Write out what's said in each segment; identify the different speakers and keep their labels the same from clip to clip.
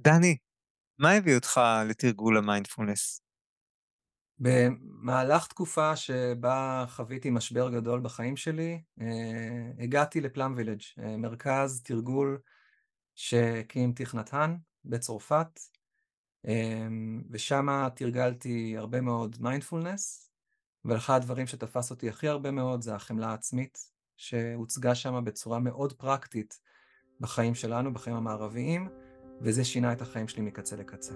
Speaker 1: דני, מה הביא אותך לתרגול המיינדפולנס?
Speaker 2: במהלך תקופה שבה חוויתי משבר גדול בחיים שלי, הגעתי לפלאם וילג', מרכז תרגול שהקים תיך נתן בצרפת, ושם תרגלתי הרבה מאוד מיינדפולנס, ואחד הדברים שתפס אותי הכי הרבה מאוד זה החמלה העצמית, שהוצגה שם בצורה מאוד פרקטית בחיים שלנו, בחיים המערביים, וזה שינה את החיים שלי מקצה לקצה.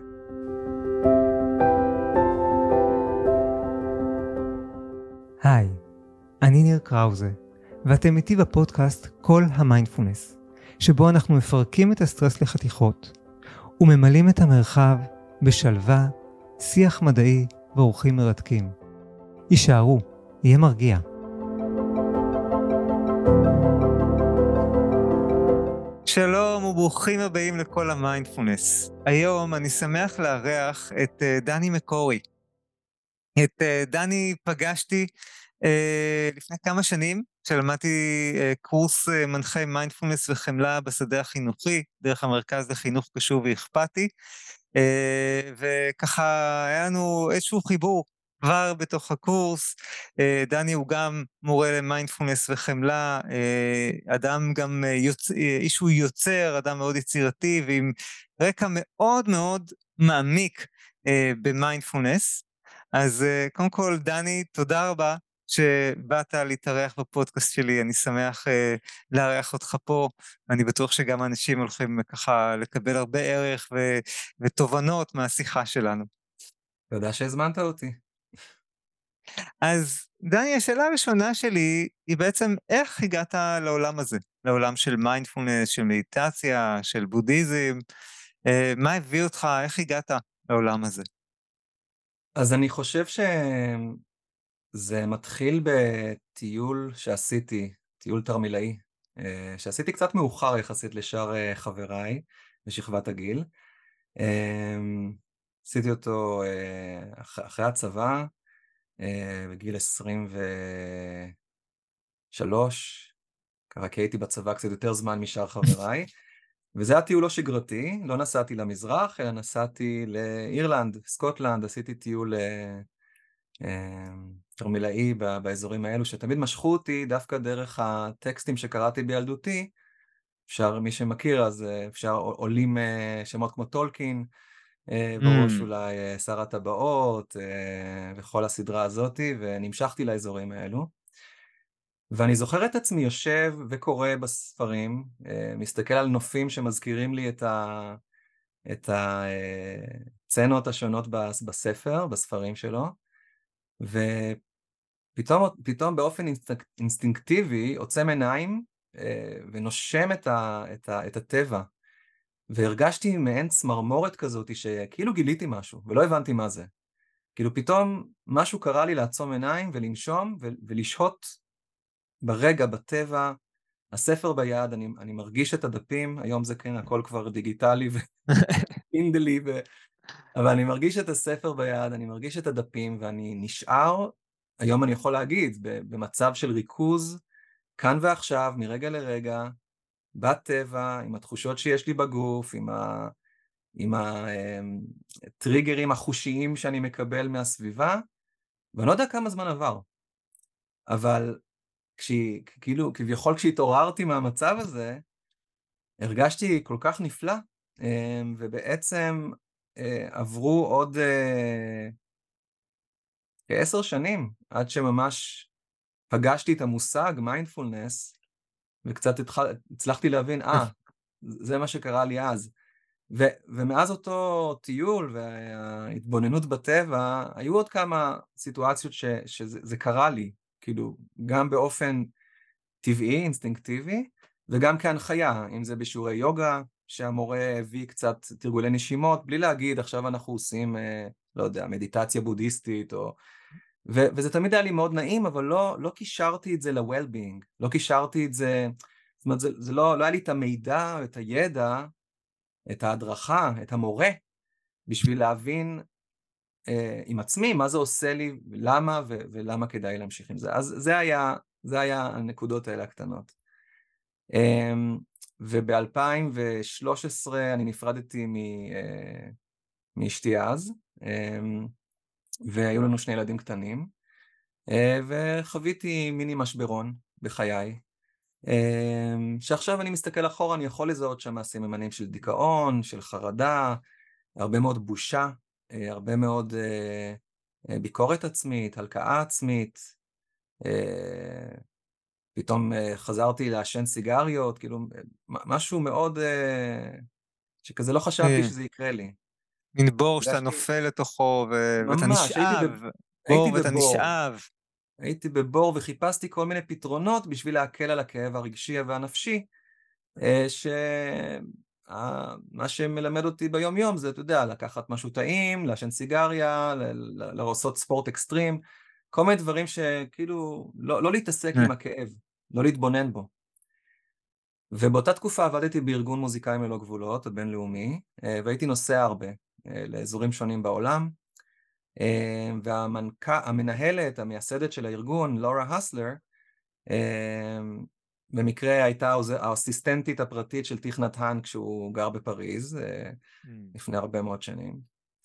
Speaker 3: היי, אני ניר קראוזה, ואתם איתי בפודקאסט כל המיינדפולנס, שבו אנחנו מפרקים את הסטרס לחתיכות, וממלאים את המרחב בשלווה, שיח מדעי ואורחים מרתקים. יישארו, יהיה מרגיע.
Speaker 1: שלום וברוכים הבאים לכל המיינדפולנס. היום אני שמח לארח את דני מקורי. את דני פגשתי לפני כמה שנים, שלמדתי קורס מנחי מיינדפולנס וחמלה בשדה החינוכי, דרך המרכז לחינוך קשוב ואכפתי, וככה היה לנו איזשהו חיבור כבר בתוך הקורס. דני הוא גם מורה למיינדפולנס וחמלה, אדם גם איש הוא יוצר, אדם מאוד יצירתי ועם רקע מאוד מאוד מעמיק במיינדפולנס. אז קודם כל, דני, תודה רבה שבאת להתארח בפודקאסט שלי. אני שמח לארח אותך פה. אני בטוח שגם האנשים הולכים ככה לקבל הרבה ערך ותובנות מהשיחה שלנו.
Speaker 2: תודה שהזמנת אותי.
Speaker 1: אז דני, השאלה הראשונה שלי היא בעצם איך הגעת לעולם הזה? לעולם של מיינדפולנס, של מדיטציה, של בודהיזם. מה הביא אותך? איך הגעת לעולם הזה?
Speaker 2: אז אני חושב שזה מתחיל בטיול שעשיתי, טיול תרמילאי, שעשיתי קצת מאוחר יחסית לשאר חבריי בשכבת הגיל. עשיתי אותו אחרי הצבא, בגיל 23, ככה כי הייתי בצבא קצת יותר זמן משאר חבריי, וזה היה טיול לא שגרתי, לא נסעתי למזרח, אלא נסעתי לאירלנד, סקוטלנד, עשיתי טיול תרמילאי באזורים האלו, שתמיד משכו אותי דווקא דרך הטקסטים שקראתי בילדותי. אפשר, מי שמכיר, אז אפשר עולים שמות כמו טולקין, בראש אולי שר הטבעות, וכל הסדרה הזאת, ונמשכתי לאזורים האלו. ואני זוכר את עצמי יושב וקורא בספרים, מסתכל על נופים שמזכירים לי את הצנות השונות בספרים שלו, ופתאום באופן אינסטינקטיבי עוצם עיניים ונושם את הטבע, והרגשתי מעין צמרמורת כזאת שכאילו גיליתי משהו ולא הבנתי מה זה. כאילו פתאום משהו קרה לי לעצום עיניים ולנשום ולשהות ברגע, בטבע, הספר ביד, אני מרגיש את הדפים, היום זה כן, הכל כבר דיגיטלי ופינדלי, אבל אני מרגיש את הספר ביד, אני מרגיש את הדפים, ואני נשאר, היום אני יכול להגיד, במצב של ריכוז, כאן ועכשיו, מרגע לרגע, בטבע, עם התחושות שיש לי בגוף, עם הטריגרים החושיים שאני מקבל מהסביבה, ואני לא יודע כמה זמן עבר, אבל כאילו, כביכול כשהתעוררתי מהמצב הזה, הרגשתי כל כך נפלא, ובעצם עברו עוד כ10 שנים, עד שממש פגשתי את המושג מיינדפולנס, וקצת הצלחתי להבין, זה מה שקרה לי אז. ומאז אותו טיול וההתבוננות בטבע, היו עוד כמה סיטואציות שזה קרה לי, כאילו, גם באופן טבעי, אינסטינקטיבי, וגם כהנחיה, אם זה בשיעורי יוגה, שהמורה הביא קצת תרגולי נשימות, בלי להגיד, עכשיו אנחנו עושים, לא יודע, מדיטציה בודהיסטית, וזה תמיד היה לי מאוד נעים, אבל לא קישרתי את זה ל-well-being, לא קישרתי את זה, זאת אומרת, זה לא היה לי את המידע, את הידע, את ההדרכה, את המורה, בשביל להבין עם עצמי מה זה עושה לי, למה ולמה כדאי להמשיך עם זה. אז זה היה הנקודות האלה הקטנות. וב-2013 אני נפרדתי מאשתי אז, והיו לנו 2 ילדים קטנים, וחוויתי מיני משברון בחיי, שעכשיו אני מסתכל אחורה, אני יכול לזהות שם סממנים של דיכאון, של חרדה, הרבה מאוד בושה, הרבה מאוד ביקורת עצמית, הלקאה עצמית, פתאום חזרתי לעשן סיגריות, כאילו משהו מאוד שכזה לא חשבתי שזה יקרה לי.
Speaker 1: מין בור שאתה
Speaker 2: הרגשתי,
Speaker 1: נופל לתוכו ואתה
Speaker 2: ממש,
Speaker 1: נשאב,
Speaker 2: הייתי
Speaker 1: בור ואתה
Speaker 2: בבור,
Speaker 1: נשאב.
Speaker 2: הייתי בבור וחיפשתי כל מיני פתרונות בשביל להקל על הכאב הרגשי והנפשי, מה שמלמד אותי ביום יום זה, אתה יודע, לקחת משהו טעים, לעשן סיגריה, לעשות ספורט אקסטרים, כל מיני דברים שכאילו לא להתעסק עם הכאב, לא להתבונן בו. ובאותה תקופה עבדתי בארגון מוזיקאים ללא גבולות, הבינלאומי, והייתי נוסע הרבה לאזורים שונים בעולם, והמנהלת, המייסדת של הארגון, לורה הסלר, במקרה הייתה האסיסטנטית הפרטית של תיך נתן כשהוא גר בפריז, לפני הרבה מאוד שנים.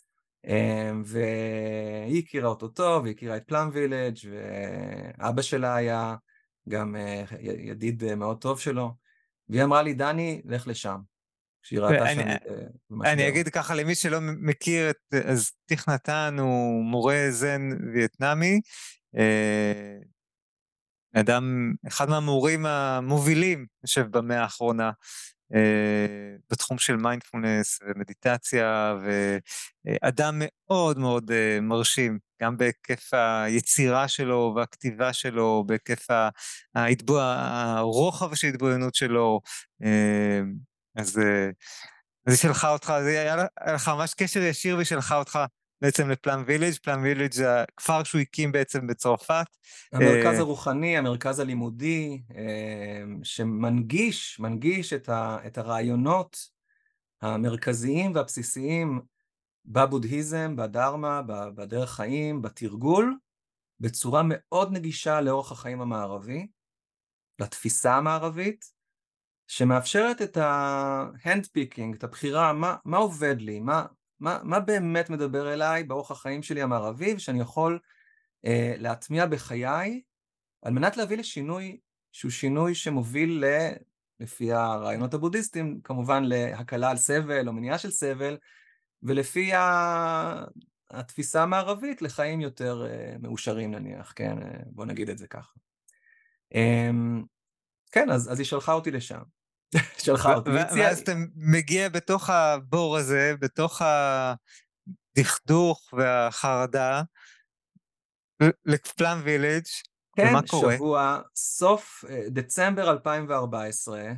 Speaker 2: והיא הכירה אותו טוב, היא הכירה את פלאם וילג', ואבא שלה היה גם ידיד מאוד טוב שלו, והיא אמרה לי, דני, לך לשם, כשהיא ראתה שאני במשבר.
Speaker 1: אני אגיד ככה למי שלא מכיר, אז תיך נתן הוא מורה זן וייטנאמי, אחד מהמורים המובילים, יושב במאה האחרונה, בתחום של מיינדפולנס ומדיטציה, ואדם מאוד מאוד מרשים, גם בהיקף היצירה שלו והכתיבה שלו, בהיקף הרוחב של ההתבוננות שלו, אז היא שלחה אותך, היה לך ממש קשר ישיר ושלחה אותך בעצם לפלאם וילג'. פלאם וילג' זה הכפר שהוא הקים בעצם בצרפת.
Speaker 2: המרכז הרוחני, המרכז הלימודי, שמנגיש את הרעיונות המרכזיים והבסיסיים בבודהיזם, בדרמה, בדרך חיים, בתרגול, בצורה מאוד נגישה לאורח החיים המערבי, לתפיסה המערבית, שמאפשרת את ההנדפיקינג, את הבחירה, מה עובד לי, מה באמת מדבר אליי באורח החיים שלי המערבי, ושאני יכול להטמיע בחיי, על מנת להביא לשינוי, שהוא שינוי שמוביל לפי הרעיונות הבודהיסטיים, כמובן להקלה על סבל או מניעה של סבל, ולפי התפיסה המערבית לחיים יותר מאושרים נניח, כן, בוא נגיד את זה ככה. כן, אז היא שלחה אותי לשם. שלחה אותי.
Speaker 1: ואז אתה מגיע בתוך הבור הזה, בתוך הדכדוך והחרדה, לפלאם וילג', ומה קורה?
Speaker 2: כן, שבוע, סוף דצמבר 2014,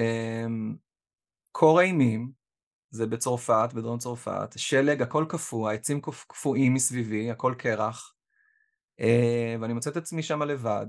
Speaker 2: קור אימים, זה בצרפת, בדרום צרפת, שלג, הכל קפוא, העצים קפואים מסביבי, הכל קרח, ואני מוצא את עצמי שם לבד,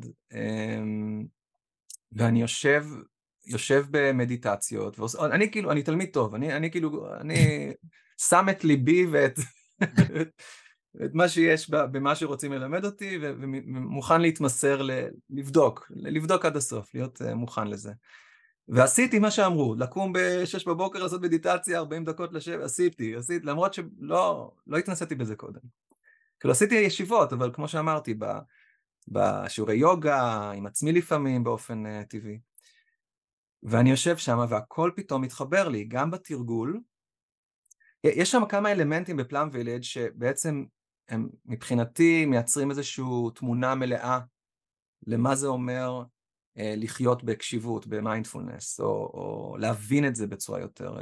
Speaker 2: ואני יושב במדיטציות, אני תלמיד טוב, אני שם את ליבי ואת מה שיש במה שרוצים ללמד אותי, ומוכן להתמסר לבדוק עד הסוף, להיות מוכן לזה. ועשיתי מה שאמרו, לקום ב-6 בבוקר, לעשות מדיטציה, 40 דקות לשבת, עשיתי, למרות שלא התנסיתי בזה קודם. כאילו עשיתי ישיבות, אבל כמו שאמרתי, בשיעורי יוגה, עם עצמי לפעמים באופן טבעי. ואני יושב שם, והכל פתאום מתחבר לי, גם בתרגול. יש שם כמה אלמנטים בפלאם וילג' שבעצם הם מבחינתי מייצרים איזושהי תמונה מלאה למה זה אומר לחיות בקשיבות, במיינדפולנס, או להבין את זה בצורה יותר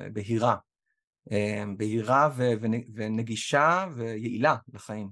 Speaker 2: בהירה ונגישה ויעילה לחיים.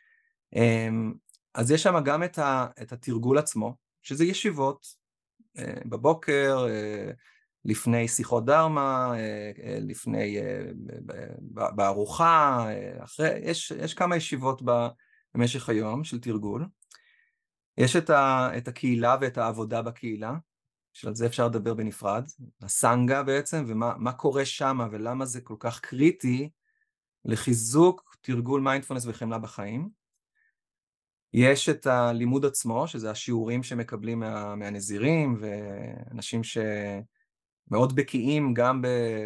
Speaker 2: אז יש שם גם את התרגול עצמו, שזה ישיבות בבוקר, לפני שיחות דרמה, לפני, בארוחה, אחרי, יש כמה ישיבות במשך היום של תרגול. יש את הקהילה ואת העבודה בקהילה, שעל זה אפשר לדבר בנפרד, הסנגה בעצם, ומה קורה שם ולמה זה כל כך קריטי לחיזוק תרגול מיינדפולנס וחמלה בחיים. יש את הלימוד עצמו, שזה השיעורים שמקבלים מהנזירים, ואנשים מאוד בקיאים גם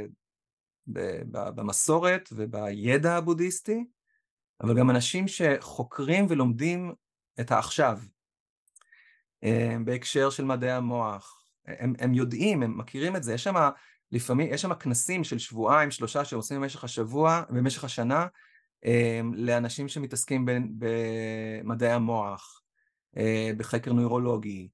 Speaker 2: במסורת ובידע הבודהיסטי, אבל גם אנשים שחוקרים ולומדים את העכשיו, בהקשר של מדעי המוח. הם יודעים, הם מכירים את זה. לפעמים יש שם כנסים של שבועיים, 3 שעושים במשך השבוע, במשך השנה, לאנשים שמתעסקים במדעי המוח, בחקר נוירולוגי,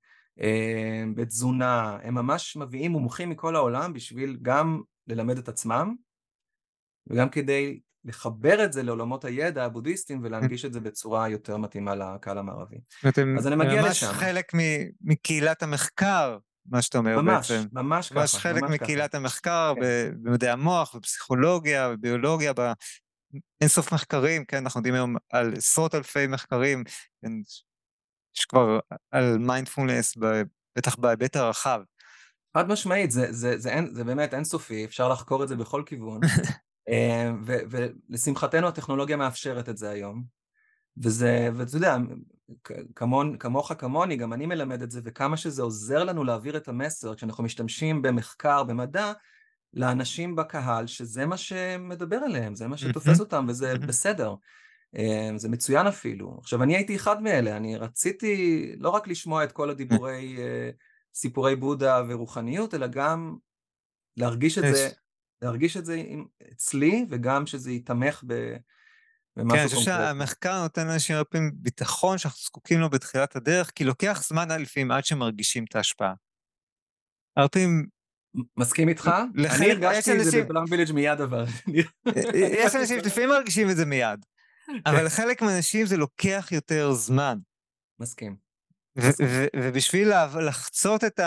Speaker 2: בתזונה. הם ממש מביאים מומחים מכל העולם בשביל גם ללמד את עצמם, וגם כדי לחבר את זה לעולמות הידע הבודהיסטיים ולהנגיש את זה בצורה יותר מתאימה לקהל המערבי. אז אני מגיע
Speaker 1: ממש
Speaker 2: לשם.
Speaker 1: חלק מקהילת המחקר, מה שאתה אומר
Speaker 2: ממש,
Speaker 1: בעצם.
Speaker 2: ממש ככה.
Speaker 1: ממש חלק מקהילת המחקר,
Speaker 2: כן.
Speaker 1: במדעי המוח, בפסיכולוגיה, בביולוגיה, אינסוף מחקרים, כן, אנחנו יודעים היום על עשרות אלפי מחקרים, כן, יש כבר על מיינדפולנס, בטח בהיבט הרחב.
Speaker 2: חד משמעית, זה באמת אינסופי, אפשר לחקור את זה בכל כיוון, ולשמחתנו הטכנולוגיה מאפשרת את זה היום, ואתה יודע, כמוך כמוני, גם אני מלמד את זה, וכמה שזה עוזר לנו להעביר את המסר, כשאנחנו משתמשים במחקר, במדע, לאנשים בקהל, שזה מה שמדבר עליהם, זה מה שתופס אותם, וזה בסדר. זה מצוין אפילו. עכשיו, אני הייתי אחד מאלה, אני רציתי לא רק לשמוע את כל הדיבורי, סיפורי בודה ורוחניות, אלא גם להרגיש את זה אצלי, וגם שזה יתמך
Speaker 1: כן, אני
Speaker 2: במשהו
Speaker 1: חושב
Speaker 2: קונקרטי.
Speaker 1: שהמחקר נותן לאנשים הרבה פעמים ביטחון שאנחנו זקוקים לו בתחילת הדרך, כי לוקח זמן לפעמים עד שמרגישים את ההשפעה. הרבה פעמים
Speaker 2: מסכים איתך? אני הרגשתי את זה בפלאם וילג' מיד, אבל...
Speaker 1: יש אנשים שלפעמים מרגישים את זה מיד, אבל לחלק מהאנשים זה לוקח יותר זמן.
Speaker 2: מסכים.
Speaker 1: ובשביל לחצות את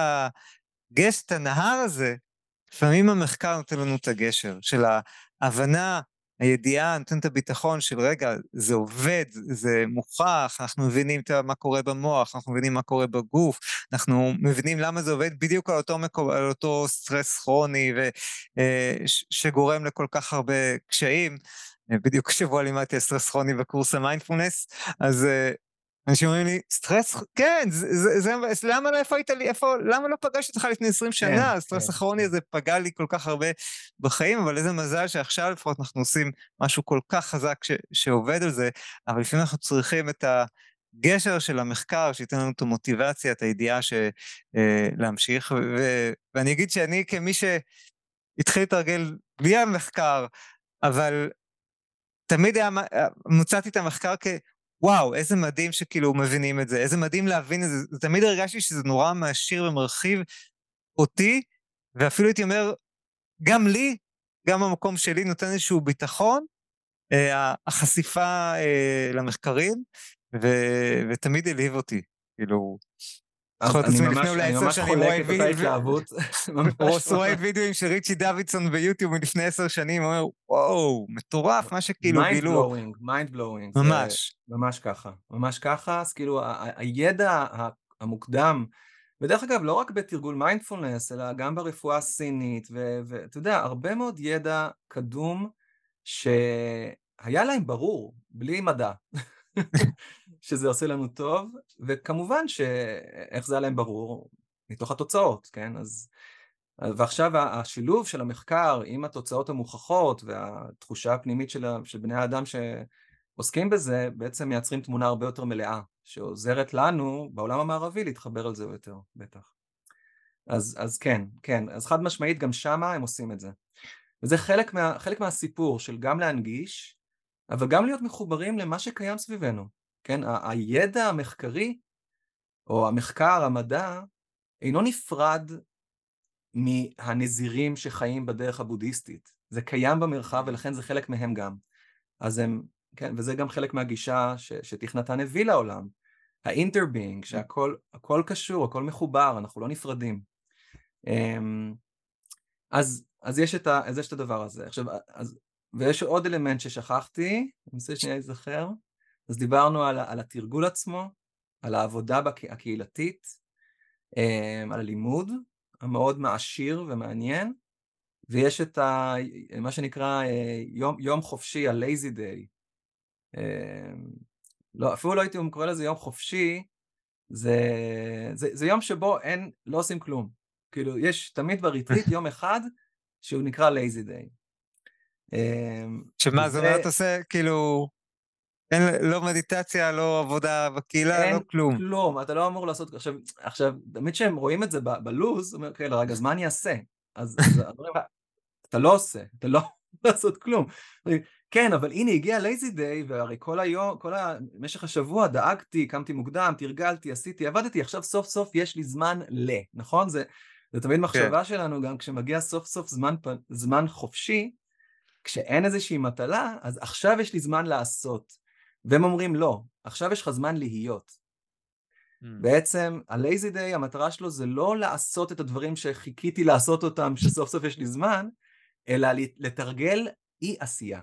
Speaker 1: הנהר הזה, לפעמים המחקר נותן לנו את הגשר של ההבנה, הידיעה, נותן את הביטחון של רגע, זה עובד, זה מוכח, אנחנו מבינים מה קורה במוח, אנחנו מבינים מה קורה בגוף, אנחנו מבינים למה זה עובד בדיוק על אותו סטרס כרוני, שגורם לכל כך הרבה קשיים. בדיוק שבוע לימדתי סטרס כרוני בקורס המיינדפולנס, אז אנשים אומרים לי, סטרס, כן, למה לא פגשתי אותך לפני 20 שנה? הסטרס הכרוני הזה פגע לי כל כך הרבה בחיים, אבל איזה מזל שעכשיו לפחות אנחנו עושים משהו כל כך חזק שעובד על זה, אבל לפעמים אנחנו צריכים את הגשר של המחקר, שייתן לנו את המוטיבציה, את הידיעה להמשיך, ואני אגיד שאני כמי שהתחיל להתרגל בלי המחקר, אבל תמיד מוצאתי את המחקר וואו, איזה מדהים שכאילו מבינים את זה, איזה מדהים להבין את זה, תמיד הרגשתי שזה נורא מעשיר ומרחיב אותי, ואפילו הייתי אומר, גם לי, גם המקום שלי נותן איזשהו ביטחון, החשיפה למחקרים, ותמיד הלהיב אותי, כאילו,
Speaker 2: אני ממש חולק את אותה התלהבות.
Speaker 1: רואה וידאוים של ריצ'י דוידסון ביוטיוב מלפני 10 שנים, אומר, וואו, מטורף, מה שכאילו גילו.
Speaker 2: mind blowing,
Speaker 1: ממש.
Speaker 2: ממש ככה, אז כאילו הידע המוקדם, ודרך אגב לא רק בתרגול מיינדפולנס, אלא גם ברפואה הסינית, ואתה יודע, הרבה מאוד ידע קדום, שהיה להם ברור, בלי מדע. שזה עושה לנו טוב, וכמובן שאיך זה היה להם ברור, מתוך התוצאות, כן? ועכשיו השילוב של המחקר עם התוצאות המוכחות, והתחושה הפנימית של בני האדם שעוסקים בזה, בעצם מייצרים תמונה הרבה יותר מלאה, שעוזרת לנו בעולם המערבי להתחבר על זה יותר, בטח. אז כן, אז חד משמעית גם שמה הם עושים את זה. וזה חלק מהסיפור של גם להנגיש, אבל גם להיות מחוברים למה שקיים סביבנו. כן, הידע המחקרי, או המחקר, המדע, אינו נפרד מהנזירים שחיים בדרך הבודהיסטית. זה קיים במרחב, ולכן זה חלק מהם גם. אז כן, וזה גם חלק מהגישה שתכנתן הביא לעולם. האינטרבינג, שהכל קשור, הכל מחובר, אנחנו לא נפרדים. אז יש את הדבר הזה. עכשיו, ויש עוד אלמנט ששכחתי, אני רוצה שנייה להיזכר. אז דיברנו על התרגול עצמו, על העבודה הקהילתית, על הלימוד המאוד מעשיר ומעניין, ויש את מה שנקרא יום חופשי, ה-lazy day. לא, אפילו לא הייתי קורא לזה יום חופשי, זה יום שבו לא עושים כלום. כאילו, יש תמיד בריטריט יום אחד שהוא נקרא lazy day.
Speaker 1: שמה זה
Speaker 2: וזה,
Speaker 1: אומר, אתה עושה כאילו, אין, לא מדיטציה, לא עבודה בקהילה, לא
Speaker 2: אין
Speaker 1: כלום.
Speaker 2: כלום, אתה לא אמור לעשות, עכשיו, תמיד כשהם רואים את זה בלוז, אומר, אוקיי, רגע, אז מה אני אעשה? אז אומרים, אתה לא עושה, אתה לא לעשות כלום. כן, אבל הנה הגיע לייזי דיי, והרי כל היום, במשך השבוע דאגתי, קמתי מוקדם, תרגלתי, עשיתי, עבדתי, עכשיו סוף סוף יש לי זמן נכון? זה תמיד
Speaker 1: כן,
Speaker 2: מחשבה שלנו, גם כשמגיע סוף סוף זמן חופשי, כשאין איזושהי מטלה, אז עכשיו יש לי זמן לעשות. והם אומרים, לא, עכשיו יש לך זמן להיות. בעצם, הלייזי דיי, המטרה שלו זה לא לעשות את הדברים שחיכיתי לעשות אותם, שסוף סוף יש לי זמן, אלא לתרגל אי עשייה.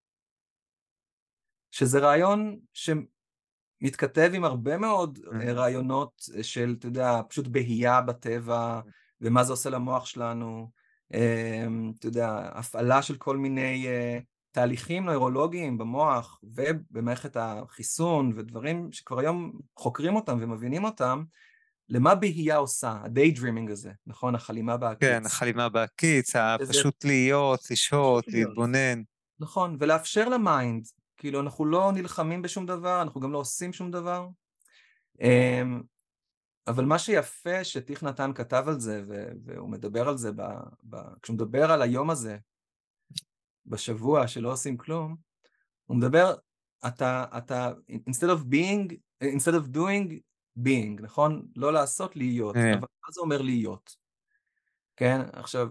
Speaker 2: שזה רעיון שמתכתב עם הרבה מאוד רעיונות של, אתה יודע, פשוט בהייה בטבע, ומה זה עושה למוח שלנו, אתה יודע, הפעלה של כל מיני תהליכים נוירולוגיים במוח ובמערכת החיסון, ודברים שכבר היום חוקרים אותם ומבינים אותם, למה בהייה עושה, ה-daydreaming הזה, נכון? החלימה בהקיץ.
Speaker 1: כן, החלימה בהקיץ,
Speaker 2: שזה
Speaker 1: פשוט להיות,
Speaker 2: פשוט
Speaker 1: לשהות,
Speaker 2: להיות.
Speaker 1: להתבונן.
Speaker 2: נכון, ולאפשר למיינד, כאילו אנחנו לא נלחמים בשום דבר, אנחנו גם לא עושים שום דבר. אבל מה שיפה שטיך נתן כתב על זה, והוא מדבר על זה, כשהוא מדבר על היום הזה, בשבוע שלא עושים כלום, הוא מדבר, אתה, instead of doing, being, נכון? לא לעשות, להיות.
Speaker 1: כן.
Speaker 2: אבל מה זה אומר להיות? כן, עכשיו,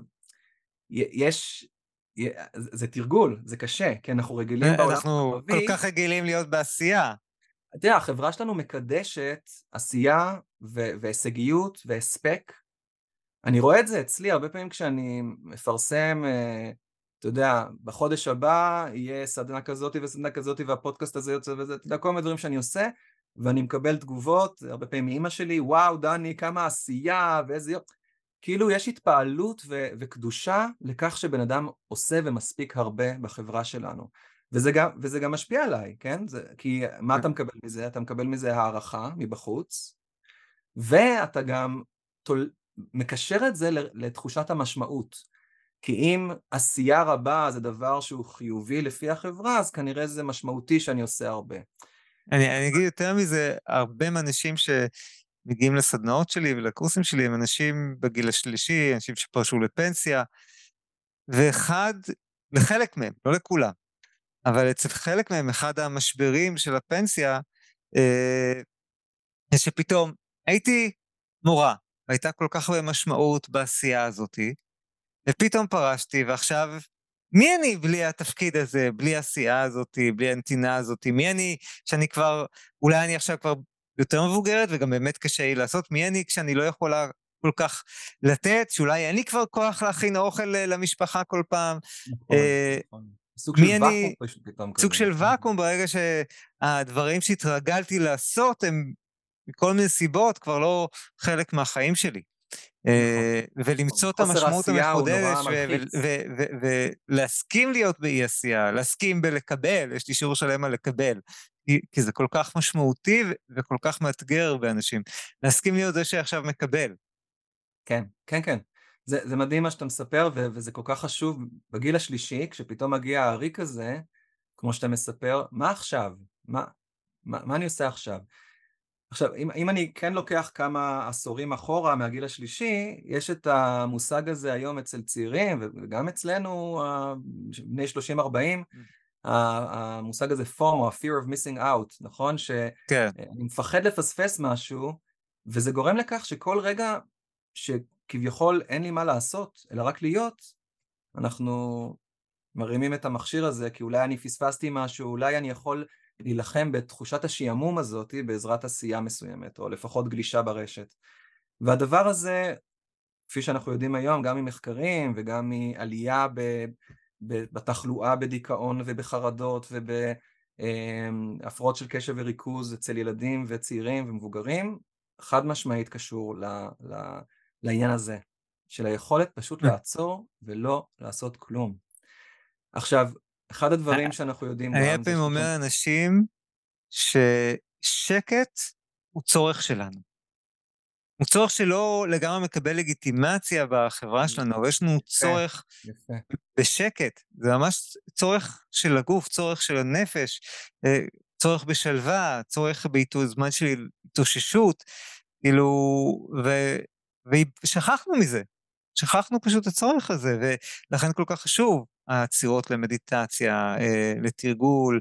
Speaker 2: זה תרגול, זה קשה, כי אנחנו רגילים בעולם
Speaker 1: אנחנו כל
Speaker 2: המערבי,
Speaker 1: כך רגילים להיות בעשייה.
Speaker 2: אתה יודע, החברה שלנו מקדשת עשייה והישגיות והספק. אני רואה את זה אצלי הרבה פעמים כשאני מפרסם, אתה יודע, בחודש הבא יהיה סדנה כזאת וסדנה כזאת והפודקאסט הזה יוצא וזה, אתה יודע, כל מיני דברים שאני עושה, ואני מקבל תגובות, הרבה פעמים מאמא שלי, וואו, דני, כמה עשייה ואיזה יופי. כאילו יש התפעלות וקדושה לכך שבן אדם עושה ומספיק הרבה בחברה שלנו. וזה גם משפיע עליי, כן? כי מה אתה מקבל מזה? אתה מקבל מזה הערכה מבחוץ, ואתה גם מקשר את זה לתחושת המשמעות. כי אם עשייה רבה זה דבר שהוא חיובי לפי החברה, אז כנראה זה משמעותי שאני עושה הרבה.
Speaker 1: אני אגיד יותר מזה, הרבה מהאנשים שמגיעים לסדנאות שלי ולקורסים שלי, הם אנשים בגיל השלישי, אנשים שפרשו לפנסיה, לחלק מהם, לא לכולם, אבל אצל חלק מהם, אחד המשברים של הפנסיה, זה שפתאום הייתי מורה, והייתה כל כך הרבה משמעות בעשייה הזאת, ופתאום פרשתי, ועכשיו, מי אני בלי התפקיד הזה, בלי העשייה הזאת, בלי הנתינה הזאת, מי אני שאני כבר, אולי אני עכשיו כבר יותר מבוגרת, וגם באמת קשה לי לעשות, מי אני כשאני לא יכולה כל כך לתת, שאולי אין לי כבר כוח להכין אוכל למשפחה כל פעם,
Speaker 2: נכון. סוג של
Speaker 1: מי אני,
Speaker 2: ואקום פתאום כזה.
Speaker 1: סוג של ואקום, ברגע שהדברים שהתרגלתי לעשות, הם מכל מיני סיבות כבר לא חלק מהחיים שלי. ולמצוא את
Speaker 2: חוסר
Speaker 1: המשמעות
Speaker 2: עשייה הוא
Speaker 1: המחודשת,
Speaker 2: נורא מלחיץ.
Speaker 1: ולהסכים להיות באי עשייה, להסכים בלקבל, יש לי שיעור שלם על לקבל, כי זה כל כך משמעותי וכל כך מאתגר באנשים, להסכים להיות זה שעכשיו מקבל.
Speaker 2: כן, כן, כן. זה מדהים מה שאתה מספר, וזה כל כך חשוב בגיל השלישי, כשפתאום מגיע הריק הזה, כמו שאתה מספר, מה עכשיו? מה אני עושה עכשיו? עכשיו, אם אני כן לוקח כמה עשורים אחורה מהגיל השלישי, יש את המושג הזה היום אצל צעירים, וגם אצלנו, בני 30-40, המושג הזה FOMO, fear of missing out, נכון?
Speaker 1: כן.
Speaker 2: שאני מפחד לפספס משהו, וזה גורם לכך שכל רגע שכביכול אין לי מה לעשות, אלא רק להיות, אנחנו מרימים את המכשיר הזה, כי אולי אני פספסתי משהו, אולי אני יכול להילחם בתחושת השעמום הזאת בעזרת עשייה מסוימת, או לפחות גלישה ברשת. והדבר הזה, כפי שאנחנו יודעים היום, גם ממחקרים וגם מעלייה בתחלואה בדיכאון ובחרדות ובהפרעות של קשב וריכוז אצל ילדים וצעירים ומבוגרים, חד משמעית קשור לעניין הזה, של היכולת פשוט לעצור ולא לעשות כלום. עכשיו, אחד הדברים שאנחנו יודעים
Speaker 1: אני
Speaker 2: גם זה
Speaker 1: פעמים אומר לאנשים ששקט הוא צורך שלנו. הוא צורך שלא לגמרי מקבל לגיטימציה בחברה שלנו, אבל יש לנו
Speaker 2: יפה,
Speaker 1: צורך
Speaker 2: יפה.
Speaker 1: בשקט, זה ממש צורך של הגוף, צורך של הנפש, צורך בשלווה, צורך זמן של התאוששות, כאילו, ושכחנו מזה, שכחנו פשוט את הצורך הזה, ולכן כל כך חשוב העצירות למדיטציה, לתרגול,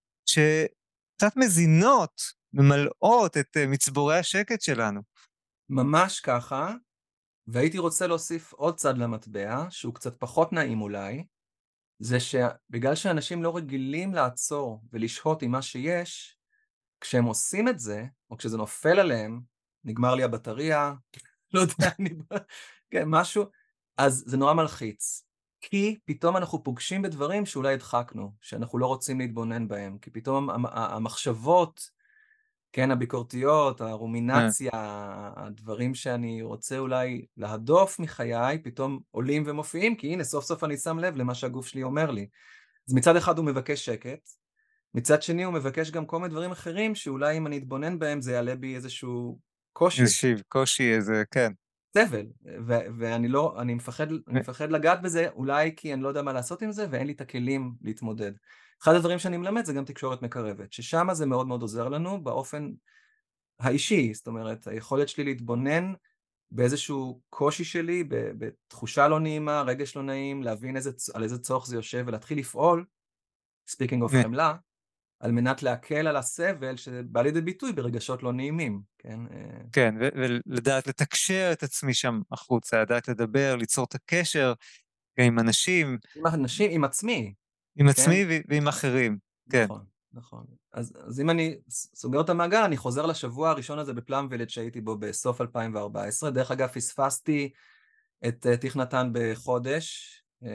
Speaker 1: שקצת מזינות, ממלאות את מצבורי השקט שלנו.
Speaker 2: ממש ככה, והייתי רוצה להוסיף עוד צד למטבע, שהוא קצת פחות נעים אולי, זה שבגלל שאנשים לא רגילים לעצור ולשהות עם מה שיש, כשהם עושים את זה, או כשזה נופל עליהם, נגמר לי הבטריה, לא יודע, כן, משהו, אז זה נורא מלחיץ. כי פתאום אנחנו פוגשים בדברים שאולי הדחקנו, שאנחנו לא רוצים להתבונן בהם, כי פתאום המחשבות, כן, הביקורתיות, הרומינציה, הדברים שאני רוצה אולי להדוף מחיי, פתאום עולים ומופיעים, כי הנה, סוף סוף אני שם לב למה שהגוף שלי אומר לי. אז מצד אחד הוא מבקש שקט, מצד שני הוא מבקש גם כל מיני דברים אחרים, שאולי אם אני אתבונן בהם זה יעלה בי איזשהו קושי.
Speaker 1: איזשהו קושי, איזה, כן.
Speaker 2: סבל, ואני לא, אני מפחד לגעת בזה, אולי כי אני לא יודע מה לעשות עם זה, ואין לי את הכלים להתמודד. אחד הדברים שאני מלמד זה גם תקשורת מקרבת, ששם זה מאוד מאוד עוזר לנו באופן האישי, זאת אומרת, היכולת שלי להתבונן באיזשהו קושי שלי, בתחושה לא נעימה, רגש לא נעים, להבין על איזה צורך זה יושב, ולהתחיל לפעול, speaking of חמלה, על מנת להקל על הסבל שבא לידי ביטוי ברגשות לא נעימים, כן?
Speaker 1: כן, ולדעת לתקשר את עצמי שם החוצה, לדעת לדבר, ליצור את הקשר עם אנשים.
Speaker 2: עם אנשים, עם עצמי.
Speaker 1: עם
Speaker 2: כן?
Speaker 1: עצמי ועם אחרים, כן.
Speaker 2: נכון, נכון. אז אם אני סוגר את המעגל, אני חוזר לשבוע הראשון הזה בפלאם וילג' שהייתי בו בסוף 2014. דרך אגב, פספסתי את תיך נתן בחודש,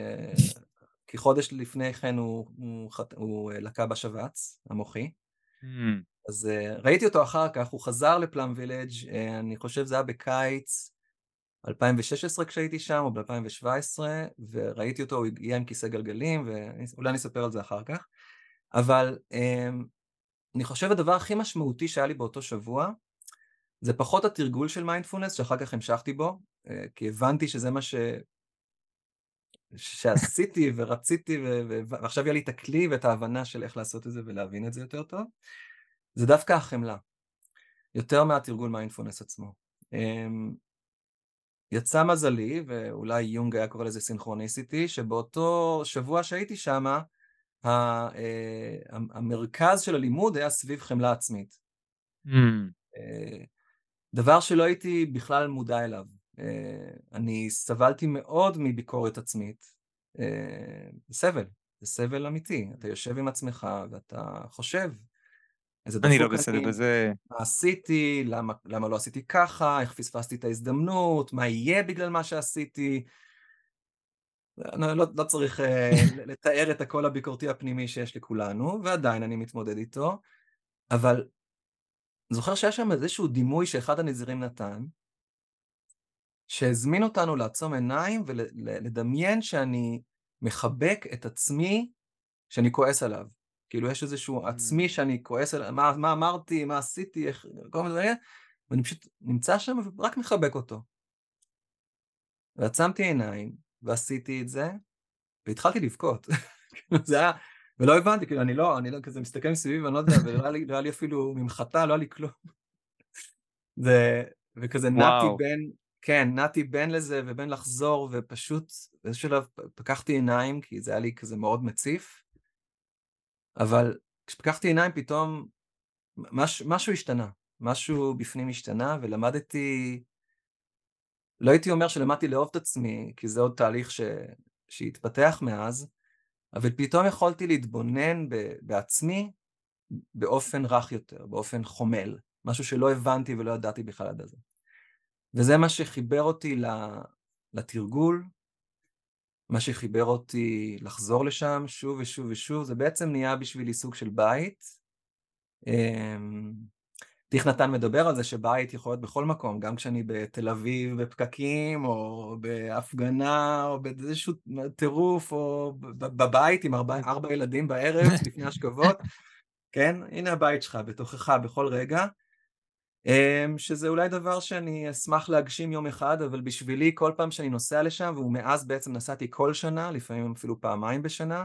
Speaker 2: כי חודש לפני כן הוא לקה בשבץ המוחי. אז ראיתי אותו אחר כך, הוא חזר לפלאם וילג', אני חושב זה היה בקיץ 2016 כשהייתי שם, או ב-2017, וראיתי אותו, הוא הגיע עם כיסא גלגלים, ואולי אני אספר על זה אחר כך. אבל אני חושב הדבר הכי משמעותי שהיה לי באותו שבוע, זה פחות התרגול של מיינדפולנס, שאחר כך המשכתי בו, כי הבנתי שזה מה שעשיתי ורציתי, ועכשיו היה לי את הכלי ואת ההבנה של איך לעשות את זה ולהבין את זה יותר טוב. זה דווקא החמלה, יותר מהתרגול מיינדפולנס עצמו. יצא מזלי, ואולי יונג היה קורא לזה סינכרוניסיטי, שבאותו שבוע שהייתי שם, המרכז של הלימוד היה סביב חמלה עצמית. דבר שלא הייתי בכלל מודע אליו. אני סבלתי מאוד מביקורת עצמית. זה סבל אמיתי. אתה יושב עם עצמך ואתה חושב, איזה דפוק
Speaker 1: אני לא בסדר בזה.
Speaker 2: מה עשיתי, למה לא עשיתי ככה, איך פספסתי את ההזדמנות, מה יהיה בגלל מה שעשיתי. לא צריך לתאר את הקול הביקורתי הפנימי שיש לכולנו, ועדיין אני מתמודד איתו, אבל זוכר שהיה שם איזשהו דימוי שאחד הנזירים נתן, שהזמין אותנו לעצום עיניים ולדמיין שאני מחבק את עצמי שאני כועס עליו. כאילו יש איזשהו עצמי שאני כועס עליו, מה אמרתי, מה עשיתי, איך, כל מיני דברים, ואני פשוט נמצא שם ורק מחבק אותו. ועצמתי עיניים, ועשיתי את זה, והתחלתי לבכות. זה היה, ולא הבנתי, כאילו אני לא כזה מסתכל מסביב, אני לא יודע, ולא היה לי אפילו ממחתה, לא היה לי כלום. וכזה נעתי בין לזה ובין לחזור, ופשוט באיזשהו שלב פקחתי עיניים, כי זה היה לי כזה מאוד מציף, אבל כשפקחתי עיניים פתאום משהו השתנה, משהו בפנים השתנה, ולמדתי, לא הייתי אומר שלמדתי לאהוב את עצמי, כי זה עוד תהליך שהתפתח מאז, אבל פתאום יכולתי להתבונן בעצמי באופן רך יותר, באופן חומל, משהו שלא הבנתי ולא ידעתי בכלל עד הזה. וזה מה שחיבר אותי לתרגול, מה שחיבר אותי לחזור לשם שוב ושוב ושוב, זה בעצם נהיה בשבילי סוג של בית. תיך נתן מדבר על זה שבית יכול להיות בכל מקום, גם כשאני בתל אביב בפקקים, או בהפגנה, או באיזשהו טירוף, או בבית עם 4 ילדים בערב לפני השכבות. כן, הנה הבית שלך, בתוכך, בכל רגע. שזה אולי דבר שאני אשמח להגשים יום אחד, אבל בשבילי כל פעם שאני נוסע לשם, ומאז בעצם נסעתי כל שנה, לפעמים אפילו פעמיים בשנה,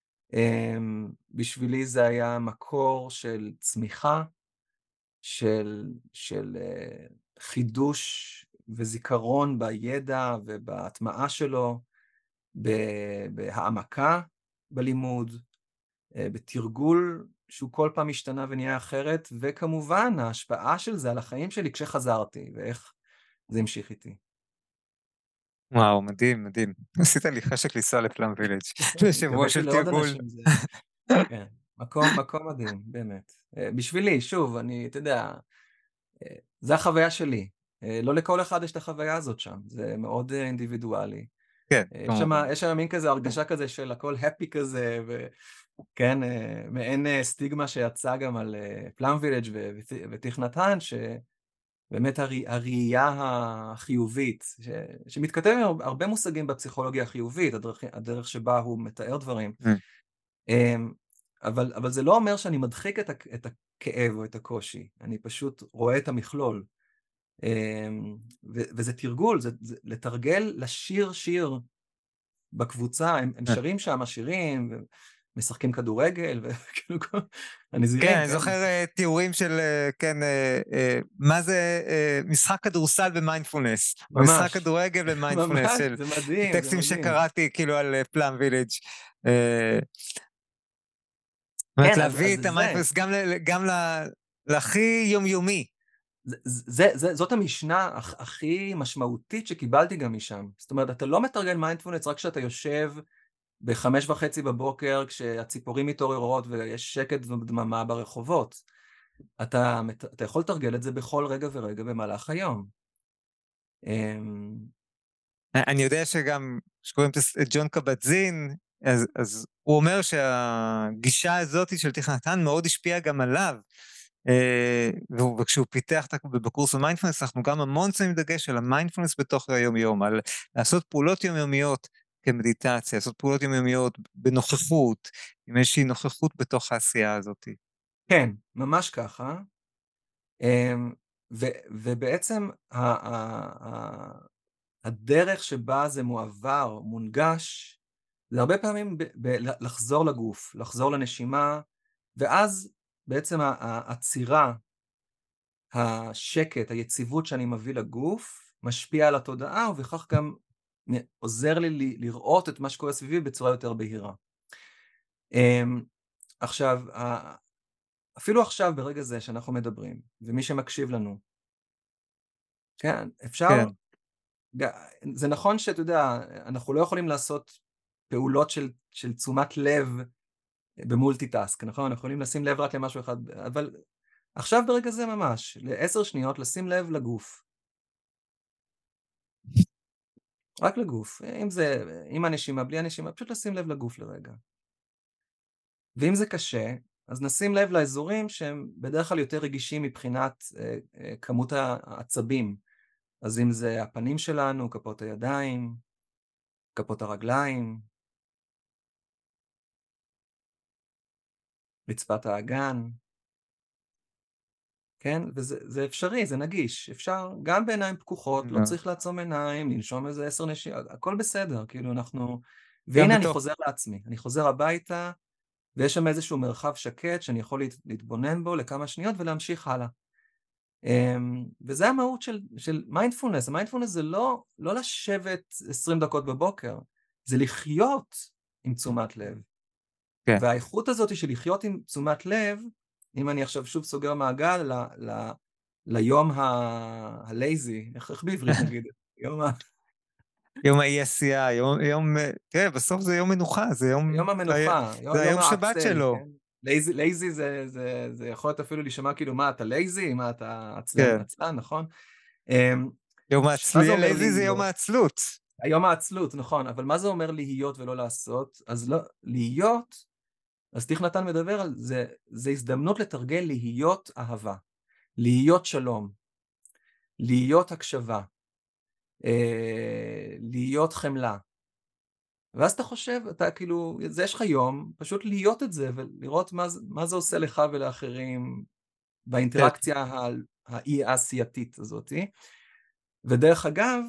Speaker 2: בשבילי זה היה מקור של צמיחה, של חידוש וזיכרון בידע ובהטמעה שלו, בהעמקה בלימוד, בתרגול שהוא כל פעם השתנה ונהיה אחרת, וכמובן ההשפעה של זה על החיים שלי כשחזרתי, ואיך זה המשיך איתי.
Speaker 1: וואו, מדהים, מדהים. עשית לי חשק לנסוע לפלאם וילג' לשבוע של
Speaker 2: לעוד
Speaker 1: תרגול.
Speaker 2: אנשים זה, כן, מקום מדהים, באמת. בשבילי, שוב, אתה יודע, זה החוויה שלי. לא לכל אחד יש את החוויה הזאת שם, זה מאוד אינדיבידואלי.
Speaker 1: כן, כמובן.
Speaker 2: יש שם מין כזה, הרגשה כזה של הכל הפי כזה, וכן, מעין סטיגמה שיצא גם על פלאם וילג' ותיך נתן, שבאמת הראייה החיובית, שמתכתב עם הרבה מושגים בפסיכולוגיה החיובית, הדרך שבה הוא מתאר דברים, אבל זה לא אומר שאני מדחיק את הכאב או את הקושי, אני פשוט רואה את המכלול. וזה תרגול, זה לתרגל לשיר שיר בקבוצה, הם שרים שם השירים, ומשחקים כדורגל, וכאילו הנזירים.
Speaker 1: כן, אני זוכר תיאורים של, כן, מה זה משחק כדורסל במיינדפולנס, או משחק כדורגל במיינדפולנס, של טקסטים שקראתי כאילו על פלאם וילג'. זאת אומרת, להביא את המיינדפולנס גם להכי יומיומי.
Speaker 2: זאת המשנה הכי משמעותית שקיבלתי גם משם. זאת אומרת, אתה לא מתרגל מיינדפולנס רק כשאתה יושב ב5:30 בבוקר, כשהציפורים מתעוררות ויש שקט ודממה ברחובות. אתה יכול לתרגל את זה בכל רגע ורגע במהלך היום.
Speaker 1: אני יודע שגם, שקוראים את ג'ון קבט-זין, אז הוא אומר שהגישה הזאת של תיך נתן מאוד השפיעה גם עליו, וכשהוא פיתח בקורס המיינדפולנס, אנחנו גם המון שמים דגש על המיינדפולנס בתוך היום-יום, על לעשות פעולות יומיומיות כמדיטציה, לעשות פעולות יומיומיות בנוכחות, עם איזושהי נוכחות בתוך העשייה הזאת.
Speaker 2: כן, ממש ככה. ובעצם הדרך שבה זה מועבר, מונגש, זה הרבה פעמים לחזור לגוף, לחזור לנשימה, ואז בעצם העצירה, השקט, היציבות שאני מביא לגוף, משפיע על התודעה, ובכך גם עוזר לי לראות את מה שקורה סביבי בצורה יותר בהירה. עכשיו, אפילו עכשיו ברגע זה שאנחנו מדברים, ומי שמקשיב לנו, כן, אפשר, זה נכון שאתה יודע, אנחנו לא יכולים לעשות פעולות של תשומת לב במולטיטאסק, נכון? אנחנו יכולים לשים לב רק למשהו אחד, אבל עכשיו ברגע זה ממש, ל10 שניות לשים לב לגוף. רק לגוף, אם זה, עם הנשימה, בלי הנשימה, פשוט לשים לב לגוף לרגע. ואם זה קשה, אז נשים לב לאזורים שהם בדרך כלל יותר רגישים מבחינת כמות העצבים. אז אם זה הפנים שלנו, כפות הידיים, כפות הרגליים, רצפת האגן, כן? וזה אפשרי, זה נגיש. אפשר גם בעיניים פקוחות, לא צריך לעצום עיניים, לנשום איזה 10 נשימות, הכל בסדר, כאילו אנחנו... והנה אני חוזר לעצמי, אני חוזר הביתה, ויש שם איזשהו מרחב שקט שאני יכול להתבונן בו לכמה שניות ולהמשיך הלאה. וזה המהות של מיינדפולנס. המיינדפולנס זה לא לשבת 20 דקות בבוקר, זה לחיות עם תשומת לב. כן. והאיכות הזאת של לחיות עם תשומת לב, אם אני עכשיו שוב סוגר מעגל ליום הלייזי, איך בעברית נגיד?
Speaker 1: יום האי-עשייה, תראה, בסוף זה יום מנוחה, זה יום
Speaker 2: המנוחה,
Speaker 1: זה היום שבת שלו.
Speaker 2: לייזי זה יכול להיות אפילו להישמע כאילו, מה, אתה לייזי? מה, אתה עצלן, נכון?
Speaker 1: יום העצלות, לייזי זה יום העצלות.
Speaker 2: היום העצלות, נכון, אבל מה זה אומר להיות ולא לעשות? אז לא, להיות, אז תיך נתן מדבר על זה, זה הזדמנות לתרגל להיות אהבה, להיות שלום, להיות הקשבה, להיות חמלה. ואז אתה חושב, אתה כאילו, זה יש לך יום, פשוט להיות את זה, ולראות מה זה עושה לך ולאחרים, באינטראקציה האי-עשייתית הזאת. ודרך אגב,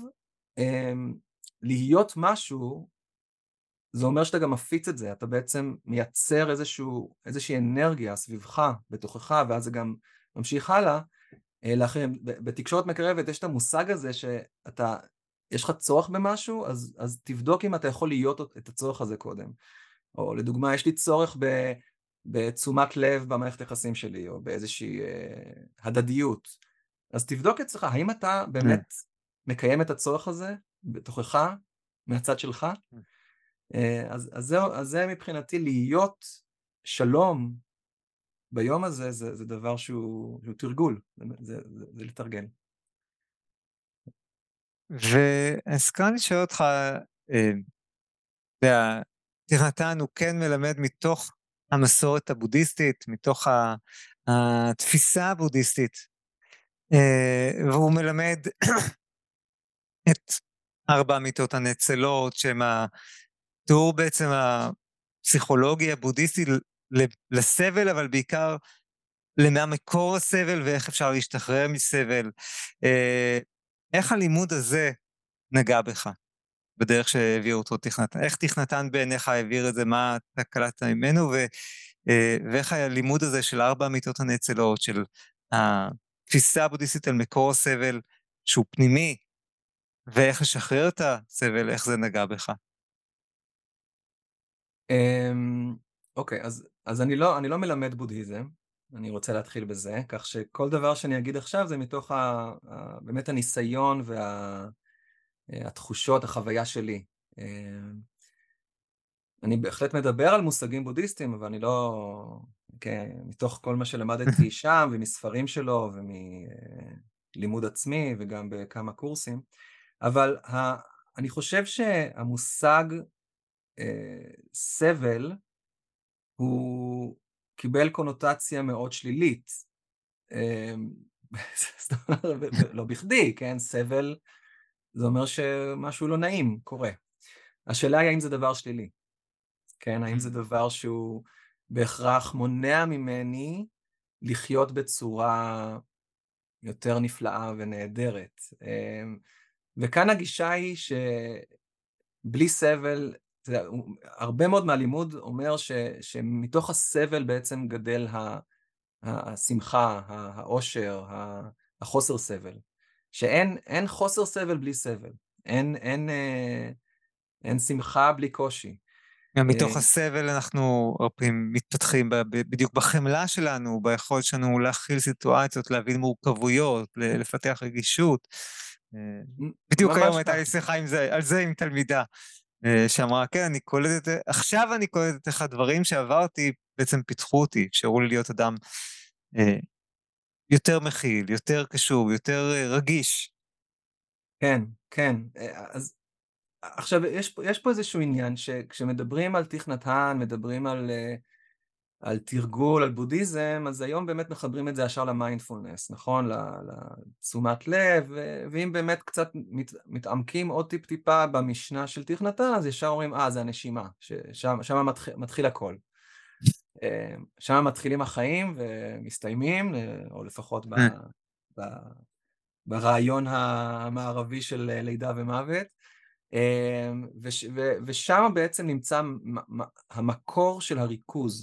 Speaker 2: להיות משהו, זה אומר שאתה גם מפיץ את זה, אתה בעצם מייצר איזושהי אנרגיה סביבך, בתוכך, ואז זה גם ממשיך הלאה לאחרים. בתקשורת מקרבת יש את המושג הזה שאתה, יש לך צורך במשהו, אז תבדוק אם אתה יכול להיות את הצורך הזה קודם. או לדוגמה, יש לי צורך בתשומת לב במערכת היחסים שלי, או באיזושהי הדדיות. אז תבדוק אצלך, האם אתה באמת מקיים את הצורך הזה בתוכך, מהצד שלך? אז זה מבחינתי להיות שלום ביום הזה, זה דבר שהוא תרגול, זה לתרגל.
Speaker 1: והזכרתי לשאול אותך, תיכנתן הוא כן מלמד מתוך המסורת הבודהיסטית, מתוך התפיסה הבודהיסטית, והוא מלמד את 4 אמיתות הנאצלות, שהם התיאור בעצם הפסיכולוגי הבודהיסטי לסבל, אבל בעיקר למה מקור הסבל ואיך אפשר להשתחרר מסבל. איך הלימוד הזה נגע בך, בדרך שהעביר אותו תכנתן? איך תכנתן בעיניך העביר את זה, מה אתה קלטת ממנו, ואיך הלימוד הזה של 4 אמיתות הנאצלות, של התפיסה הבודהיסטית על מקור הסבל, שהוא פנימי, ואיך לשחרר את הסבל, איך זה נגע בך?
Speaker 2: אוקיי, אז אני לא מלמד בודהיזם, אני רוצה להתחיל בזה, כך שכל דבר שאני אגיד עכשיו זה מתוך באמת הניסיון והתחושות, החוויה שלי. אני בהחלט מדבר על מושגים בודהיסטיים, אבל אני לא, מתוך כל מה שלמדתי שם, ומספרים שלו, ומלימוד עצמי, וגם בכמה קורסים, אבל אני חושב שהמושג סבל, הוא קיבל קונוטציה מאוד שלילית. לא בכדי, כן? סבל, זה אומר שמשהו לא נעים קורה. השאלה היא האם זה דבר שלילי. כן? האם זה דבר שהוא בהכרח מונע ממני לחיות בצורה יותר נפלאה ונהדרת. וכאן הגישה היא שבלי סבל, הרבה מאוד מהלימוד אומר שמתוך הסבל בעצם גדל השמחה, האושר, החוסר סבל. שאין חוסר סבל בלי סבל. אין שמחה בלי קושי.
Speaker 1: גם מתוך הסבל אנחנו הרבה מתפתחים בדיוק בחמלה שלנו, ביכולת שלנו להכיל סיטואציות, להבין מורכבויות, לפתח רגישות. בדיוק היום הייתה לי שיחה על זה עם תלמידה, שאמרה, כן, עכשיו אני קולטת איך הדברים שעברתי בעצם פיתחו אותי, אפשרו לי להיות אדם יותר מכיל, יותר קשור, יותר רגיש.
Speaker 2: כן, כן. אז עכשיו, יש פה איזשהו עניין שכשמדברים על תכנתן, מדברים על תרגול, על בודהיזם, אז היום באמת מחברים את זה ישר למיינדפולנס, נכון? לתשומת לב, ואם באמת קצת מתעמקים עוד טיפה במשנה של תכנתן, אז ישר אומרים, זה הנשימה, ששם מתחיל הכל. שם מתחילים החיים ומסתיימים, או לפחות ברעיון המערבי של לידה ומוות, ושם בעצם נמצא המקור של הריכוז,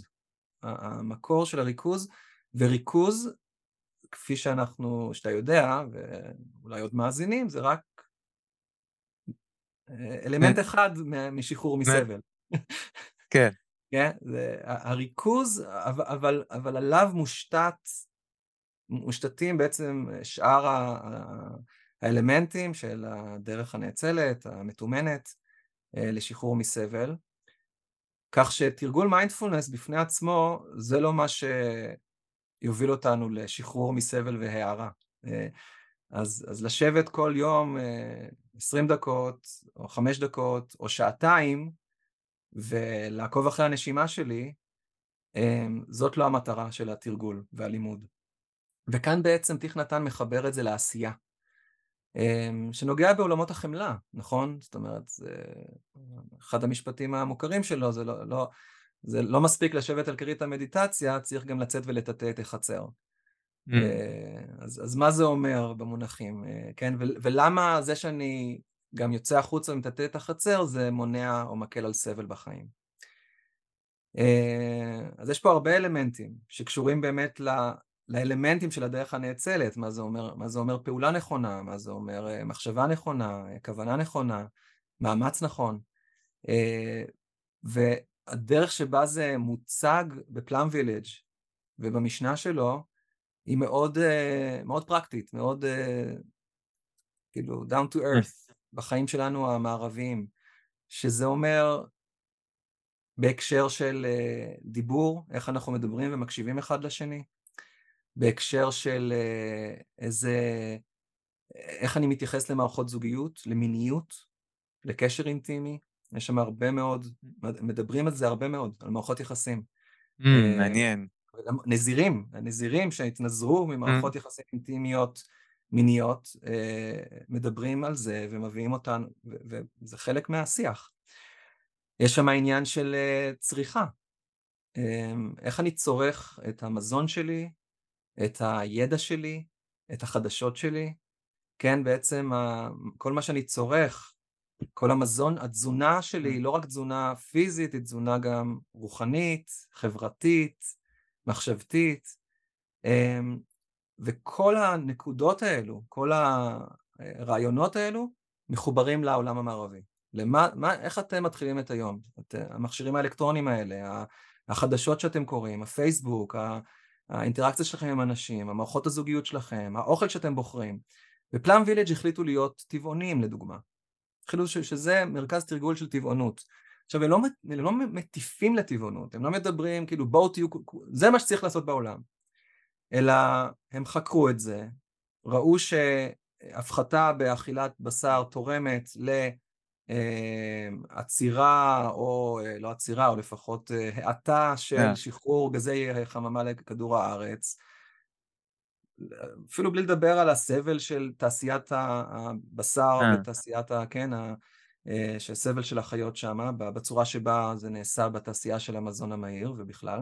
Speaker 2: וריכוז, כפי שאתה יודע, ואולי עוד מאזינים, זה רק אלמנט אחד משחרור מסבל.
Speaker 1: כן.
Speaker 2: הריכוז, אבל עליו מושתתים בעצם שאר האלמנטים של הדרך הנאצלת, המתומנת, לשחרור מסבל. כך שתרגול מיינדפולנס בפני עצמו, זה לא מה שיוביל אותנו לשחרור מסבל והערה. אז לשבת כל יום 20 דקות, או 5 דקות, או שעתיים, ולעקוב אחרי הנשימה שלי, זאת לא המטרה של התרגול והלימוד. וכאן בעצם תכנתן מחבר את זה לעשייה, שנוגע בעולמות החמלה, נכון? זאת אומרת, אחד המשפטים המוכרים שלו, זה לא מספיק לשבת על כרית המדיטציה, צריך גם לצאת ולטאטא את החצר. אז מה זה אומר במונחים, כן? ולמה זה שאני גם יוצא החוצה ומטאטא את החצר, זה מונע או מקל על סבל בחיים. אז יש פה הרבה אלמנטים שקשורים באמת לאלמנטים של הדרך הנאצלת, מה זה אומר פעולה נכונה, מה זה אומר מחשבה נכונה, כוונה נכונה, מאמץ נכון, והדרך שבה זה מוצג בפלאם וילג' ובמשנה שלו, היא מאוד, מאוד פרקטית, מאוד כאילו down to earth, בחיים שלנו המערביים, שזה אומר בהקשר של דיבור, איך אנחנו מדברים ומקשיבים אחד לשני, בהקשר של איך אני מתייחס למערכות זוגיות, למיניות, לקשר אינטימי, יש שם הרבה מאוד, מדברים על זה הרבה מאוד, על מערכות יחסים.
Speaker 1: מעניין.
Speaker 2: הנזירים שהתנזרו ממערכות יחסים אינטימיות, מיניות, מדברים על זה ומביאים אותן, וזה חלק מהשיח. יש שם העניין של צריכה. איך אני צורך את המזון שלי, את הידע שלי, את החדשות שלי. כן, בעצם כל מה שאני צורך, כל המזון, התזונה שלי היא לא רק תזונה פיזית, היא תזונה גם רוחנית, חברתית, מחשבתית, וכל הנקודות האלו, כל הרעיונות האלו, מחוברים לעולם המערבי. איך אתם מתחילים את היום? המכשירים האלקטרונים האלה, החדשות שאתם קוראים, הפייסבוק, האינטראקציה שלכם עם אנשים, המערכות הזוגיות שלכם, האוכל שאתם בוחרים. בפלאם וילג' החליטו להיות טבעונים, לדוגמה. החליטו שזה מרכז תרגול של טבעונות. עכשיו, הם לא מטיפים לטבעונות, הם לא מדברים, כאילו, בואו תהיו, זה מה שצריך לעשות בעולם. אלא הם חקרו את זה, ראו שהפחתה באכילת בשר תורמת לעצירה, או לא עצירה, או לפחות האטה של שחרור גזי חממה לכדור הארץ, אפילו בלי לדבר על הסבל של תעשיית הבשר ותעשיית, כן, סבל של החיות שם, בצורה שבה זה נעשה בתעשייה של המזון המהיר ובכלל.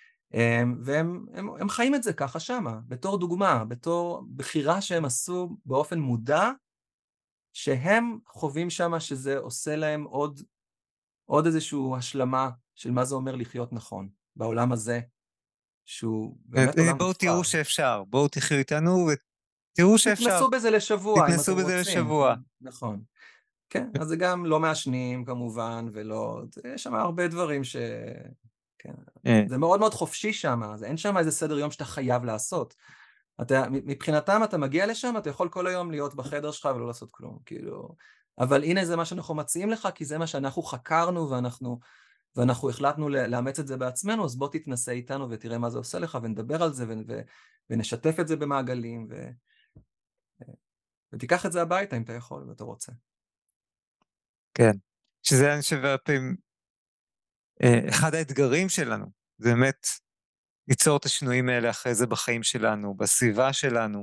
Speaker 2: והם חיים את זה ככה שם, בתור דוגמה, בתור בחירה שהם עשו באופן מודע, שהם חווים שם שזה עושה להם עוד איזושהי השלמה של מה זה אומר לחיות נכון בעולם הזה, שהוא באמת עולם מופלא.
Speaker 1: בואו תראו שאפשר, בואו תחיו איתנו ותראו שאפשר.
Speaker 2: תתנסו בזה לשבוע, אם אתם רוצים.
Speaker 1: תתנסו בזה לשבוע.
Speaker 2: נכון. כן, אז זה גם לא מעשנים כמובן, ולא, יש שם הרבה דברים כן. זה מאוד מאוד חופשי שם, אין שם איזה סדר יום שאתה חייב לעשות. מבחינתם אתה מגיע לשם, אתה יכול כל היום להיות בחדר שלך ולא לעשות כלום, כאילו. אבל הנה זה מה שאנחנו מציעים לך, כי זה מה שאנחנו חקרנו ואנחנו החלטנו לאמץ את זה בעצמנו, אז בוא תתנסה איתנו ותראה מה זה עושה לך, ונדבר על זה ונשתף את זה במעגלים, ותיקח את זה הביתה אם אתה יכול ואתה רוצה.
Speaker 1: כן, שזה אני חושב פעמים, אחד האתגרים שלנו, זה באמת ליצור את השינויים האלה אחרי זה בחיים שלנו, בסביבה שלנו,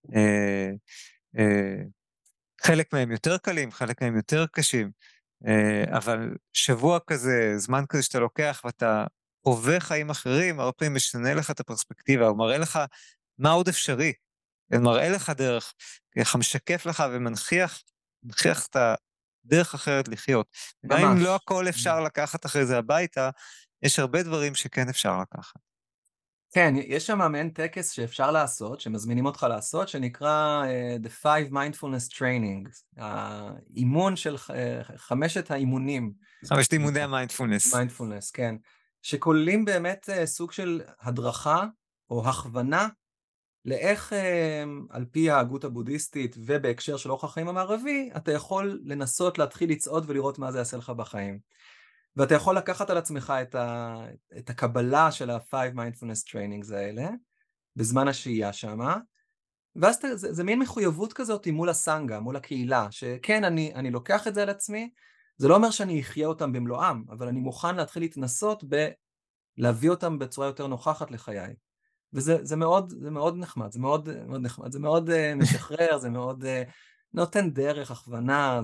Speaker 1: חלק מהם יותר קלים, חלק מהם יותר קשים, אבל שבוע כזה, זמן כזה שאתה לוקח ואתה חווה חיים אחרים, הרבה פעמים משנה לך את הפרספקטיבה, הוא מראה לך מה עוד אפשרי, מראה לך דרך, ככה משקף לך ומנכיח את הדרך אחרת לחיות. גם אם לא הכל אפשר לקחת אחרי זה הביתה, יש הרבה דברים שכן אפשר לקחת.
Speaker 2: כן, יש שם מעין טקס שאפשר לעשות, שמזמינים אותך לעשות, שנקרא The 5 Mindfulness Training, האימון של 5 האימונים.
Speaker 1: 5 אימוני המיינדפולנס.
Speaker 2: מיינדפולנס, כן. שכוללים באמת סוג של הדרכה או הכוונה, לאיך על פי ההגות הבודהיסטית ובהקשר של אורח החיים המערבי, אתה יכול לנסות להתחיל לצעוד ולראות מה זה יעשה לך בחיים. ואתה יכול לקחת על עצמך את הקבלה של ה-5 Mindfulness Trainings האלה, בזמן השהייה שם, ואז זה מין מחויבות כזאת מול הסנגה, מול הקהילה, שכן, אני לוקח את זה על עצמי, זה לא אומר שאני אחיה אותם במלואם, אבל אני מוכן להתחיל להתנסות להביא אותם בצורה יותר נוכחת לחיי. וזה מאוד נחמד, זה מאוד נחמד, זה מאוד משחרר, זה מאוד נותן דרך, הכוונה,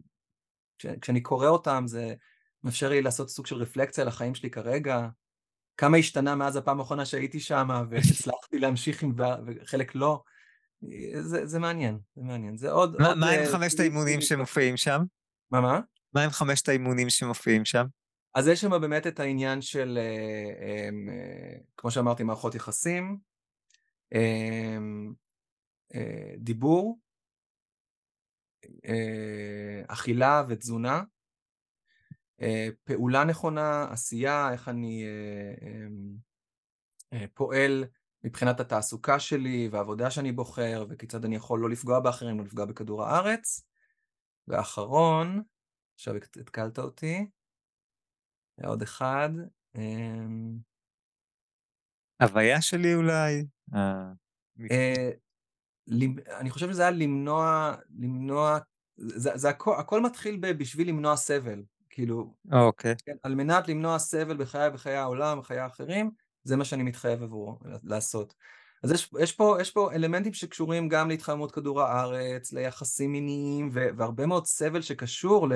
Speaker 2: כשאני קורא אותם, זה מאפשר לי לעשות סוג של רפלקציה על החיים שלי כרגע, כמה השתנה מאז הפעם האחרונה שהייתי שם, והצלחתי להמשיך וחלק לא. זה מעניין, זה מעניין. זה עוד...
Speaker 1: מה עם 5 האימונים שמופיעים שם?
Speaker 2: מה?
Speaker 1: מה עם 5 האימונים שמופיעים שם?
Speaker 2: אז יש שם באמת את העניין של, כמו שאמרתי, מערכות יחסים, דיבור, אכילה ותזונה, פעולה נכונה, עשייה, איך אני פועל מבחינת התעסוקה שלי והעבודה שאני בוחר, וכיצד אני יכול לא לפגוע באחרים, לא לפגוע בכדור הארץ. ואחרון, עכשיו התקלת אותי, עוד אחד,
Speaker 1: הוויה שלי אולי?
Speaker 2: אני חושב שזה היה למנוע, הכל מתחיל בשביל למנוע סבל, כאילו,
Speaker 1: אוקיי.
Speaker 2: על מנת למנוע סבל בחיי וחיי העולם, בחיי האחרים, זה מה שאני מתחייב עבורו לעשות. אז יש פה אלמנטים שקשורים גם להתחממות כדור הארץ, ליחסים מיניים, והרבה מאוד סבל שקשור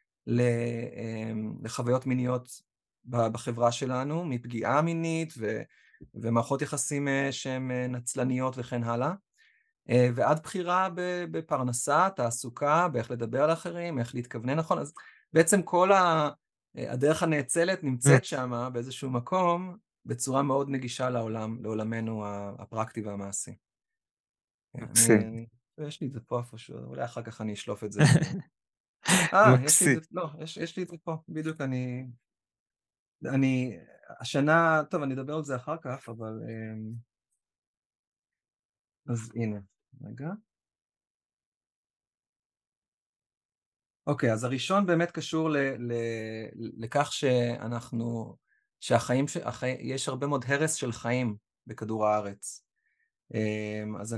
Speaker 2: לחוויות מיניות בחברה שלנו, מפגיעה מינית ומערכות יחסים שהן נצלניות וכן הלאה. ועד בחירה בפרנסה, תעסוקה, באיך לדבר על אחרים, איך להתכוונן נכון. אז בעצם כל הדרך הנאצלת נמצאת שם באיזשהו מקום, בצורה מאוד נגישה לעולמנו הפרקטי והמעשי.
Speaker 1: מקסים.
Speaker 2: יש לי את זה פה איפשהו, אולי אחר כך אני אשלוף את זה. יש לי את
Speaker 1: מקסים.
Speaker 2: זה, לא, יש לי את זה פה, בדיוק השנה, טוב, אני אדבר על זה אחר כך, אבל, אז הנה, רגע. אוקיי, אז הראשון באמת קשור לכך יש הרבה מאוד הרס של חיים בכדור הארץ. אז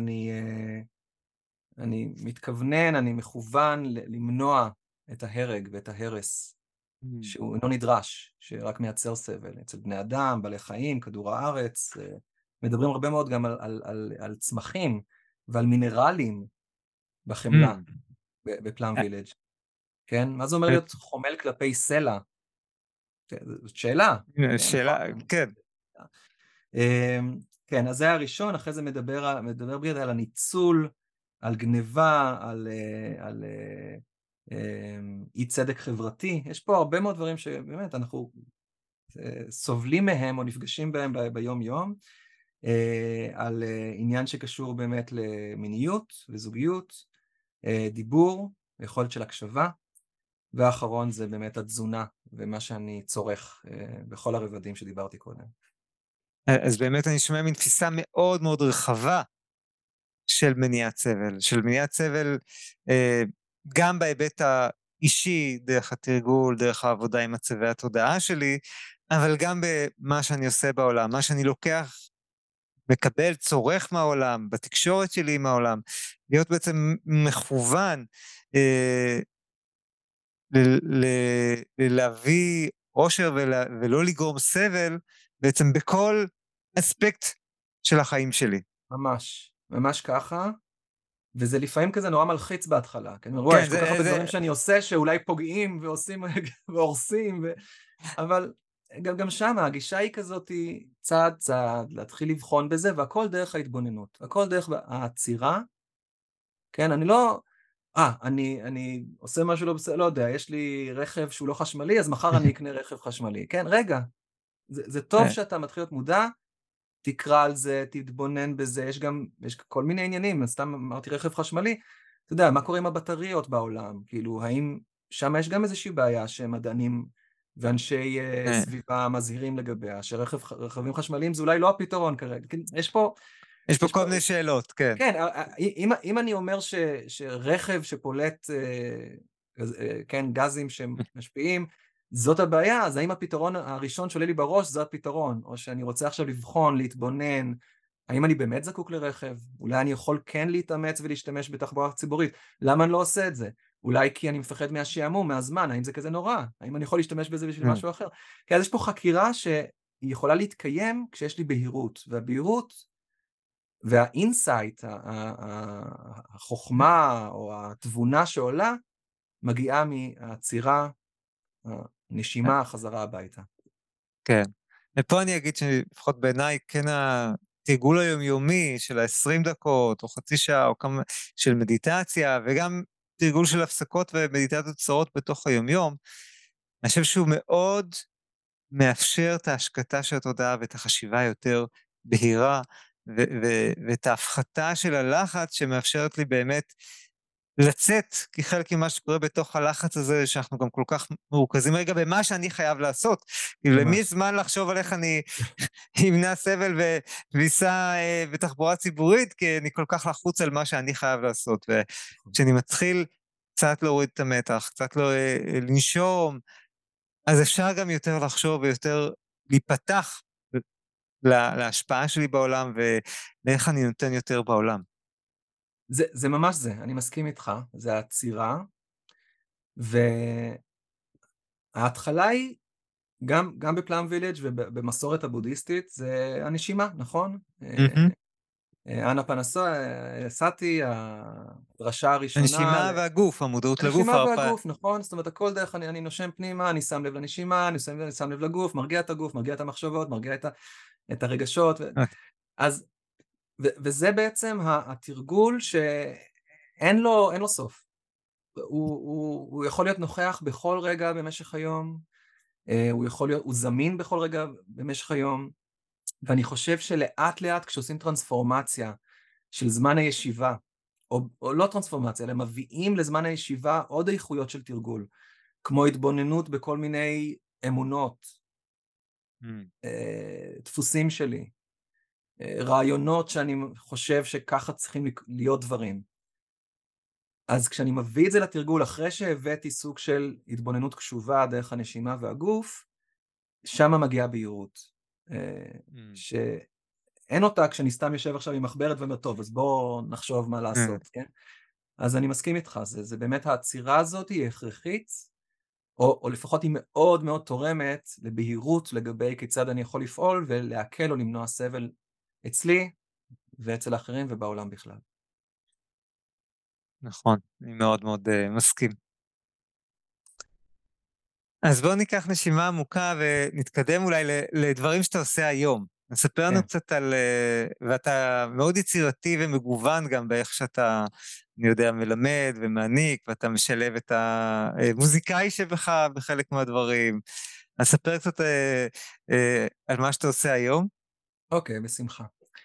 Speaker 2: אני מתכוונן, אני מכוון למנוע את ההרג ואת ההרס, שהוא לא נדרש, שרק מייצר סבל. אצל בני אדם, בעלי חיים, כדור הארץ, מדברים הרבה מאוד גם על צמחים ועל מינרלים בחמלה, בפלאם וילג'. כן? מה זה אומר להיות חומל כלפי סלע? זאת שאלה.
Speaker 1: שאלה, כן.
Speaker 2: כן, אז זה הראשון, אחרי זה מדבר ביד על הניצול, על גניבה, על אי צדק חברתי. יש פה הרבה מאוד דברים שבאמת אנחנו סובלים מהם או נפגשים בהם ביום יום, על עניין שקשור באמת למיניות וזוגיות, דיבור, יכולת של הקשבה, והאחרון זה באמת התזונה ומה שאני צורך בכל הרבדים שדיברתי קודם.
Speaker 1: אז באמת אני שומע מן תפיסה מאוד מאוד רחבה של מניעת סבל, גם בהיבט האישי, דרך התרגול, דרך העבודה עם מצבי התודעה שלי, אבל גם במה שאני עושה בעולם, מה שאני לוקח, מקבל, צורך מהעולם, בתקשורת שלי עם העולם, להיות בעצם מכוון, להביא אושר ולא לגרום סבל, בעצם בכל אספקט של החיים שלי.
Speaker 2: ממש, ממש ככה, וזה לפעמים כזה נורא מלחיץ בהתחלה, כי אני אומר, יש כל כך הרבה דברים שאני עושה שאולי פוגעים ועושים והורסים, אבל גם שם הגישה היא כזאת צעד צעד, להתחיל לבחון בזה, והכל דרך ההתבוננות, הכל דרך העצירה, כן, אני לא... אני עושה משהו לא בסדר, לא יודע, יש לי רכב שהוא לא חשמלי, אז מחר אני אקנה רכב חשמלי. כן, רגע, זה טוב שאתה מתחיל להיות מודע, תקרא על זה, תתבונן בזה, יש כל מיני עניינים, סתם אמרתי רכב חשמלי, אתה יודע, מה קורה עם הבטריות בעולם? כאילו, האם שם יש גם איזושהי בעיה שמדענים ואנשי סביבה מזהירים לגביה, שרכבים חשמליים זה אולי לא הפתרון כרגע, יש פה
Speaker 1: כל מיני שאלות, כן.
Speaker 2: כן, אם אני אומר שרכב שפולט, כן, גזים שמשפיעים, זאת הבעיה, אז האם הפתרון הראשון שעולה לי בראש זה הפתרון, או שאני רוצה עכשיו לבחון, להתבונן, האם אני באמת זקוק לרכב? אולי אני יכול כן להתאמץ ולהשתמש בתחבורה ציבורית, למה אני לא עושה את זה? אולי כי אני מפחד מהשעמום, מהזמן, האם זה כזה נורא? האם אני יכול להשתמש בזה בשביל משהו אחר? כי אז יש פה חקירה שהיא יכולה להתקיים כשיש לי בהירות, והבהירות והאינסייט, החוכמה או התבונה שעולה, מגיעה מהעצירה, הנשימה, החזרה הביתה.
Speaker 1: כן. ופה אני אגיד שלפחות בעיניי, כן התרגול היומיומי של ה-20 דקות, או חצי שעה, או כמה, של מדיטציה, וגם תרגול של הפסקות ומדיטציות קצרות בתוך היומיום, אני חושב שהוא מאוד מאפשר את ההשקטה של התודעה ואת החשיבה היותר בהירה, ואת ההפחתה של הלחץ שמאפשרת לי באמת לצאת כחלק ממה שקורה בתוך הלחץ הזה, שאנחנו גם כל כך מרוכזים רגע במה שאני חייב לעשות. כאילו, למי יש
Speaker 2: ממש.
Speaker 1: זמן לחשוב על איך אני אמנע סבל ויסע בתחבורה ציבורית, כי אני כל כך לחוץ על מה שאני חייב לעשות. וכשאני מתחיל קצת להוריד את המתח, קצת לנשום, אז אפשר גם יותר לחשוב ויותר להיפתח להשפעה שלי בעולם, ולאיך אני נותן יותר בעולם.
Speaker 2: זה ממש זה, אני מסכים איתך, זה העצירה, וההתחלה היא, גם בפלאם וילג' ובמסורת הבודהיסטית, זה הנשימה, נכון?
Speaker 1: מהמם.
Speaker 2: אנה סאטי, הדרשה הראשונה,
Speaker 1: הנשימה והגוף, המודעות לגוף,
Speaker 2: הנשימה והגוף, נכון? זאת אומרת, הכל דרך, אני נושם פנימה, אני שם לב לנשימה, אני שם לב לגוף, מרגיע את הגוף, מרגיע את המחשבות, מרגיע את הרגשות, אז, וזה בעצם התרגול שאין לו סוף. הוא יכול להיות נוכח בכל רגע במשך היום, הוא זמין בכל רגע במשך היום, ואני חושב שלאט לאט כשעושים טרנספורמציה של זמן הישיבה, או לא טרנספורמציה, אלא מביאים לזמן הישיבה עוד איכויות של תרגול, כמו התבוננות בכל מיני אמונות, דפוסים שלי, רעיונות שאני חושב שככה צריכים להיות דברים. אז כשאני מביא את זה לתרגול, אחרי שהבאתי סוג של התבוננות קשובה דרך הנשימה והגוף, שם מגיעה בהירות. שאין אותה כשאני סתם יושב עכשיו עם מחברת ואומר, טוב, אז בואו נחשוב מה לעשות, כן? אז אני מסכים איתך, זה באמת העצירה הזאת היא הכרחית, או לפחות היא מאוד מאוד תורמת לבהירות לגבי כיצד אני יכול לפעול ולהקל או למנוע סבל אצלי ואצל האחרים ובעולם בכלל.
Speaker 1: נכון, אני מאוד מאוד מסכים. אז בואו ניקח נשימה עמוקה ונתקדם אולי לדברים שאתה עושה היום. נספר לנו
Speaker 2: כן.
Speaker 1: קצת על, ואתה מאוד יצירתי ומגוון גם באיך שאתה, אני יודע, מלמד ומעניק, ואתה משלב את המוזיקאי שבך בחלק מהדברים. אז ספר קצת על מה שאתה עושה היום.
Speaker 2: אוקיי, בשמחה.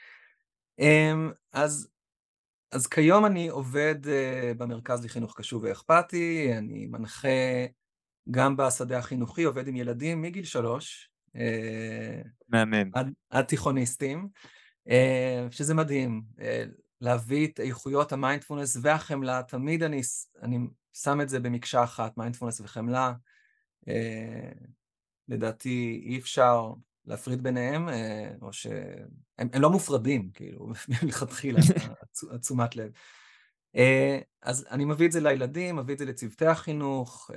Speaker 2: אז כיום אני עובד במרכז לחינוך קשוב ואכפתי, אני מנחה גם בשדה החינוכי, עובד עם ילדים מגיל 3,
Speaker 1: מהמם.
Speaker 2: עד תיכוניסטים, שזה מדהים, להביא את איכויות המיינדפולנס והחמלה, תמיד אני שם את זה במקשה אחת, מיינדפולנס וחמלה, לדעתי אי אפשר להפריד ביניהם, או שהם לא מופרדים, כאילו, מלכתחילה, תשומת לב. אז אני מביא את זה לילדים, מביא את זה לצוותי החינוך,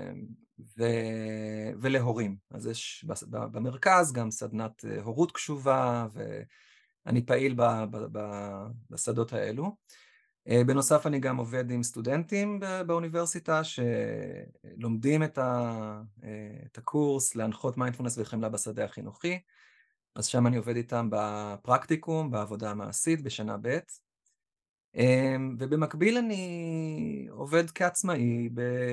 Speaker 2: ולהורים. אז יש במרכז גם סדנת הורות קשובה, ואני פעיל בשדות האלו. בנוסף אני גם עובד עם סטודנטים באוניברסיטה שלומדים את הקורס להנחות מיינדפולנס וחמלה בשדה החינוכי, אז שם אני עובד איתם בפרקטיקום, בעבודה המעשית בשנה ב', ובמקביל אני עובד כעצמאי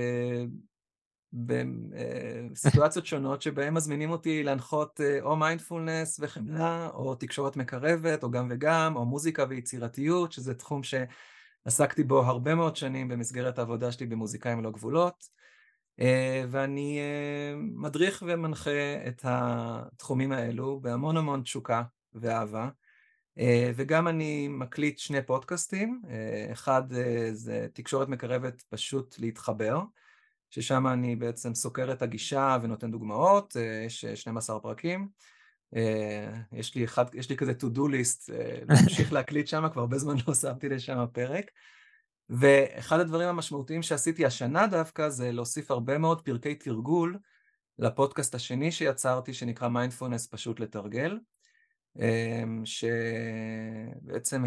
Speaker 2: בסיטואציות שונות שבהם מזמינים אותי להנחות או מיינדפולנס וחמלה, או תקשורת מקרבת, או גם וגם, או מוזיקה ויצירתיות, שזה תחום שעסקתי בו הרבה מאוד שנים במסגרת העבודה שלי במוזיקאים ללא גבולות, ואני מדריך ומנחה את התחומים האלו בהמון המון תשוקה ואהבה, וגם אני מקליט 2 פודקאסטים, אחד זה תקשורת מקרבת פשוט להתחבר, ששם אני בעצם סוקר את הגישה ונותן דוגמאות, יש 12 פרקים, יש לי כזה to do list להמשיך להקליט שם, כבר הרבה זמן לא שמתי לשם פרק, ואחד הדברים המשמעותיים שעשיתי השנה דווקא זה להוסיף הרבה מאוד פרקי תרגול לפודקאסט השני שיצרתי שנקרא מיינדפולנס פשוט לתרגל, שבעצם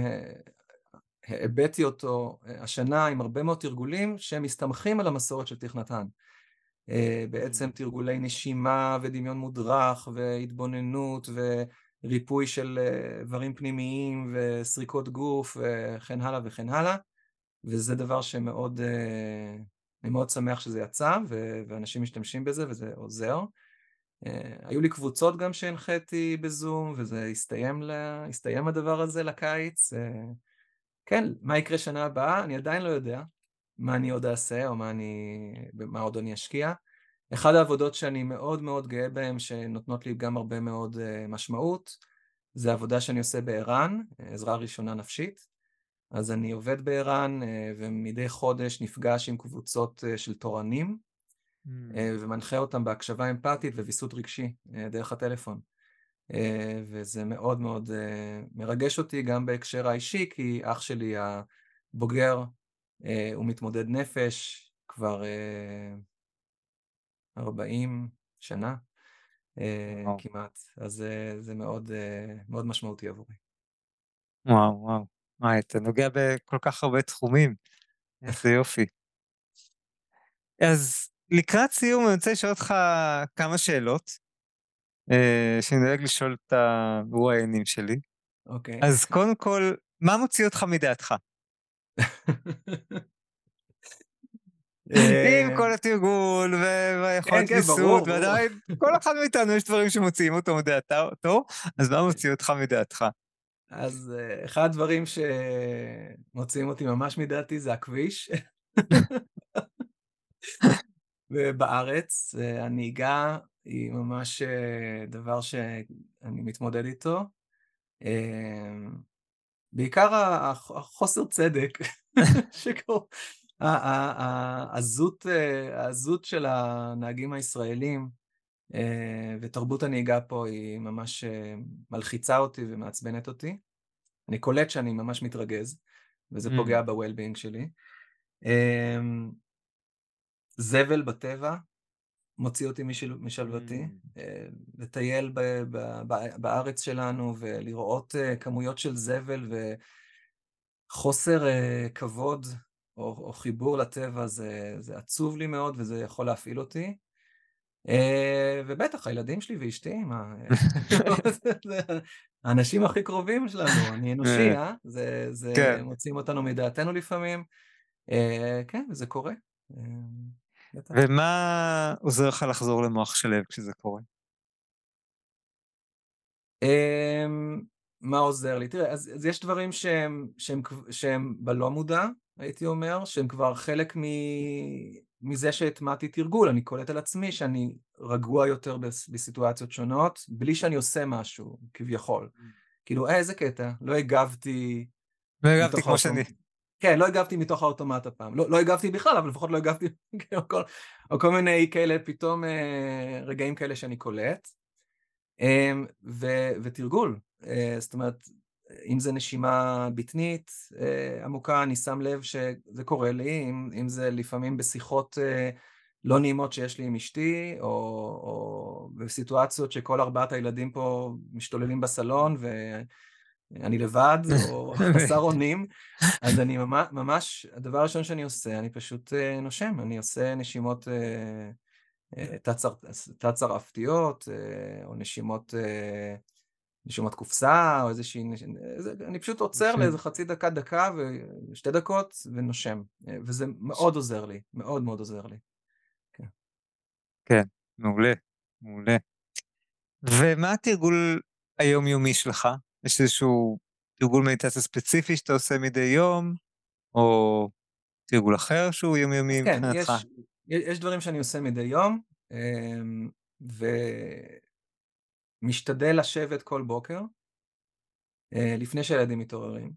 Speaker 2: הבאתי אותו השנה עם הרבה מאוד תרגולים שמסתמכים על המסורת של תיך נתן. בעצם תרגולי נשימה ודמיון מודרך והתבוננות וריפוי של איברים פנימיים וסריקות גוף וכן הלאה וכן הלאה, וזה דבר שמאוד, אני מאוד שמח שזה יצא ואנשים משתמשים בזה וזה עוזר. היו לי קבוצות גם שהנחיתי בזום וזה הסתיים הדבר הזה לקיץ. כן, מה יקרה שנה הבאה? אני עדיין לא יודע מה אני עוד אעשה או מה עוד אני אשקיע. אחד העבודות שאני מאוד מאוד גאה בהן, שנותנות לי גם הרבה מאוד משמעות, זה העבודה שאני עושה בער"ן, עזרה ראשונה נפשית. אז אני עובד בער"ן ומדי חודש נפגש עם קבוצות של תורנים, ומנחה אותם בהקשבה אמפתית וויסות רגשי דרך הטלפון. וזה מאוד מאוד מרגש אותי גם בהקשר האישי, כי אח שלי הבוגר הוא מתמודד נפש כבר 40 שנה כמעט, אז זה מאוד מאוד משמעותי עבורי.
Speaker 1: וואו, וואו. אתה נוגע בכל כך הרבה תחומים. איזה יופי. אז לקראת סיום אני רוצה לשאול אותך כמה שאלות, שאני דואג לשאול את המרואיינים שלי.
Speaker 2: אוקיי.
Speaker 1: אז קודם כל, מה מוציא אותך מדעתך? עם כל התרגול והיכולת
Speaker 2: כן, ברור,
Speaker 1: ויסות,
Speaker 2: ברור.
Speaker 1: ועדיין כל אחד מאיתנו יש דברים שמוציאים אותו מדעתו, אז מה מוציא אותך מדעתך?
Speaker 2: אז אחד הדברים שמוציאים אותי ממש מדעתי זה הכביש. ובארץ הנהיגה היא ממש דבר שאני מתמודד איתו. בעיקר החוסר צדק, העזות של הנהגים הישראלים, ותרבות הנהיגה פה היא ממש מלחיצה אותי ומעצבנת אותי. אני קולט שאני ממש מתרגז, וזה פוגע ב-well-being שלי. זבל בטבע מוציא אותי משלוותי. לטייל בארץ שלנו ולראות כמויות של זבל וחוסר כבוד או חיבור לטבע, זה עצוב לי מאוד וזה יכול להפעיל אותי. ובטח הילדים שלי ואשתי, האנשים הכי קרובים שלנו, אני אנושי, זה מוצאים אותנו מדעתנו לפעמים. כן, וזה קורה. בטח.
Speaker 1: ומה עוזר לך לחזור למוח שלו כשזה קורה?
Speaker 2: מה עוזר לי? תראה, אז יש דברים שהם בלא מודע, הייתי אומר, שהם כבר חלק מזה שהטמעתי תרגול. אני קולט על עצמי שאני רגוע יותר בסיטואציות שונות, בלי שאני עושה משהו, כביכול. כאילו, איזה קטע, לא הגבתי
Speaker 1: לא הגבתי
Speaker 2: מתוך
Speaker 1: כמו שאני.
Speaker 2: כן, לא הגבתי מתוך האוטומט הפעם. לא הגבתי בכלל, אבל לפחות לא הגבתי, או כל מיני כאלה, פתאום רגעים כאלה שאני קולט. ותרגול, זאת אומרת, אם זה נשימה בטנית עמוקה, אני שם לב שזה קורה לי, אם זה לפעמים בשיחות לא נעימות שיש לי עם אשתי, או בסיטואציות שכל 4 הילדים פה משתוללים בסלון, ואני לבד, או חסר אונים, אז אני ממש, הדבר הראשון שאני עושה, אני פשוט נושם, אני עושה נשימות תת-צרעפתיות, או נשימות קופסה, או איזושהי, אני פשוט עוצר לאיזה חצי דקה, ו2 דקות, ונושם. וזה מאוד עוזר לי, מאוד מאוד עוזר לי.
Speaker 1: כן, מעולה, מעולה. ומה התרגול היומיומי שלך? יש איזשהו תרגול מדיטציה ספציפי שאתה עושה מדי יום, או תרגול אחר שהוא יומיומי
Speaker 2: אז כן,
Speaker 1: מבחינתך?
Speaker 2: יש דברים שאני עושה מדי יום, ומשתדל לשבת כל בוקר, לפני שהילדים מתעוררים.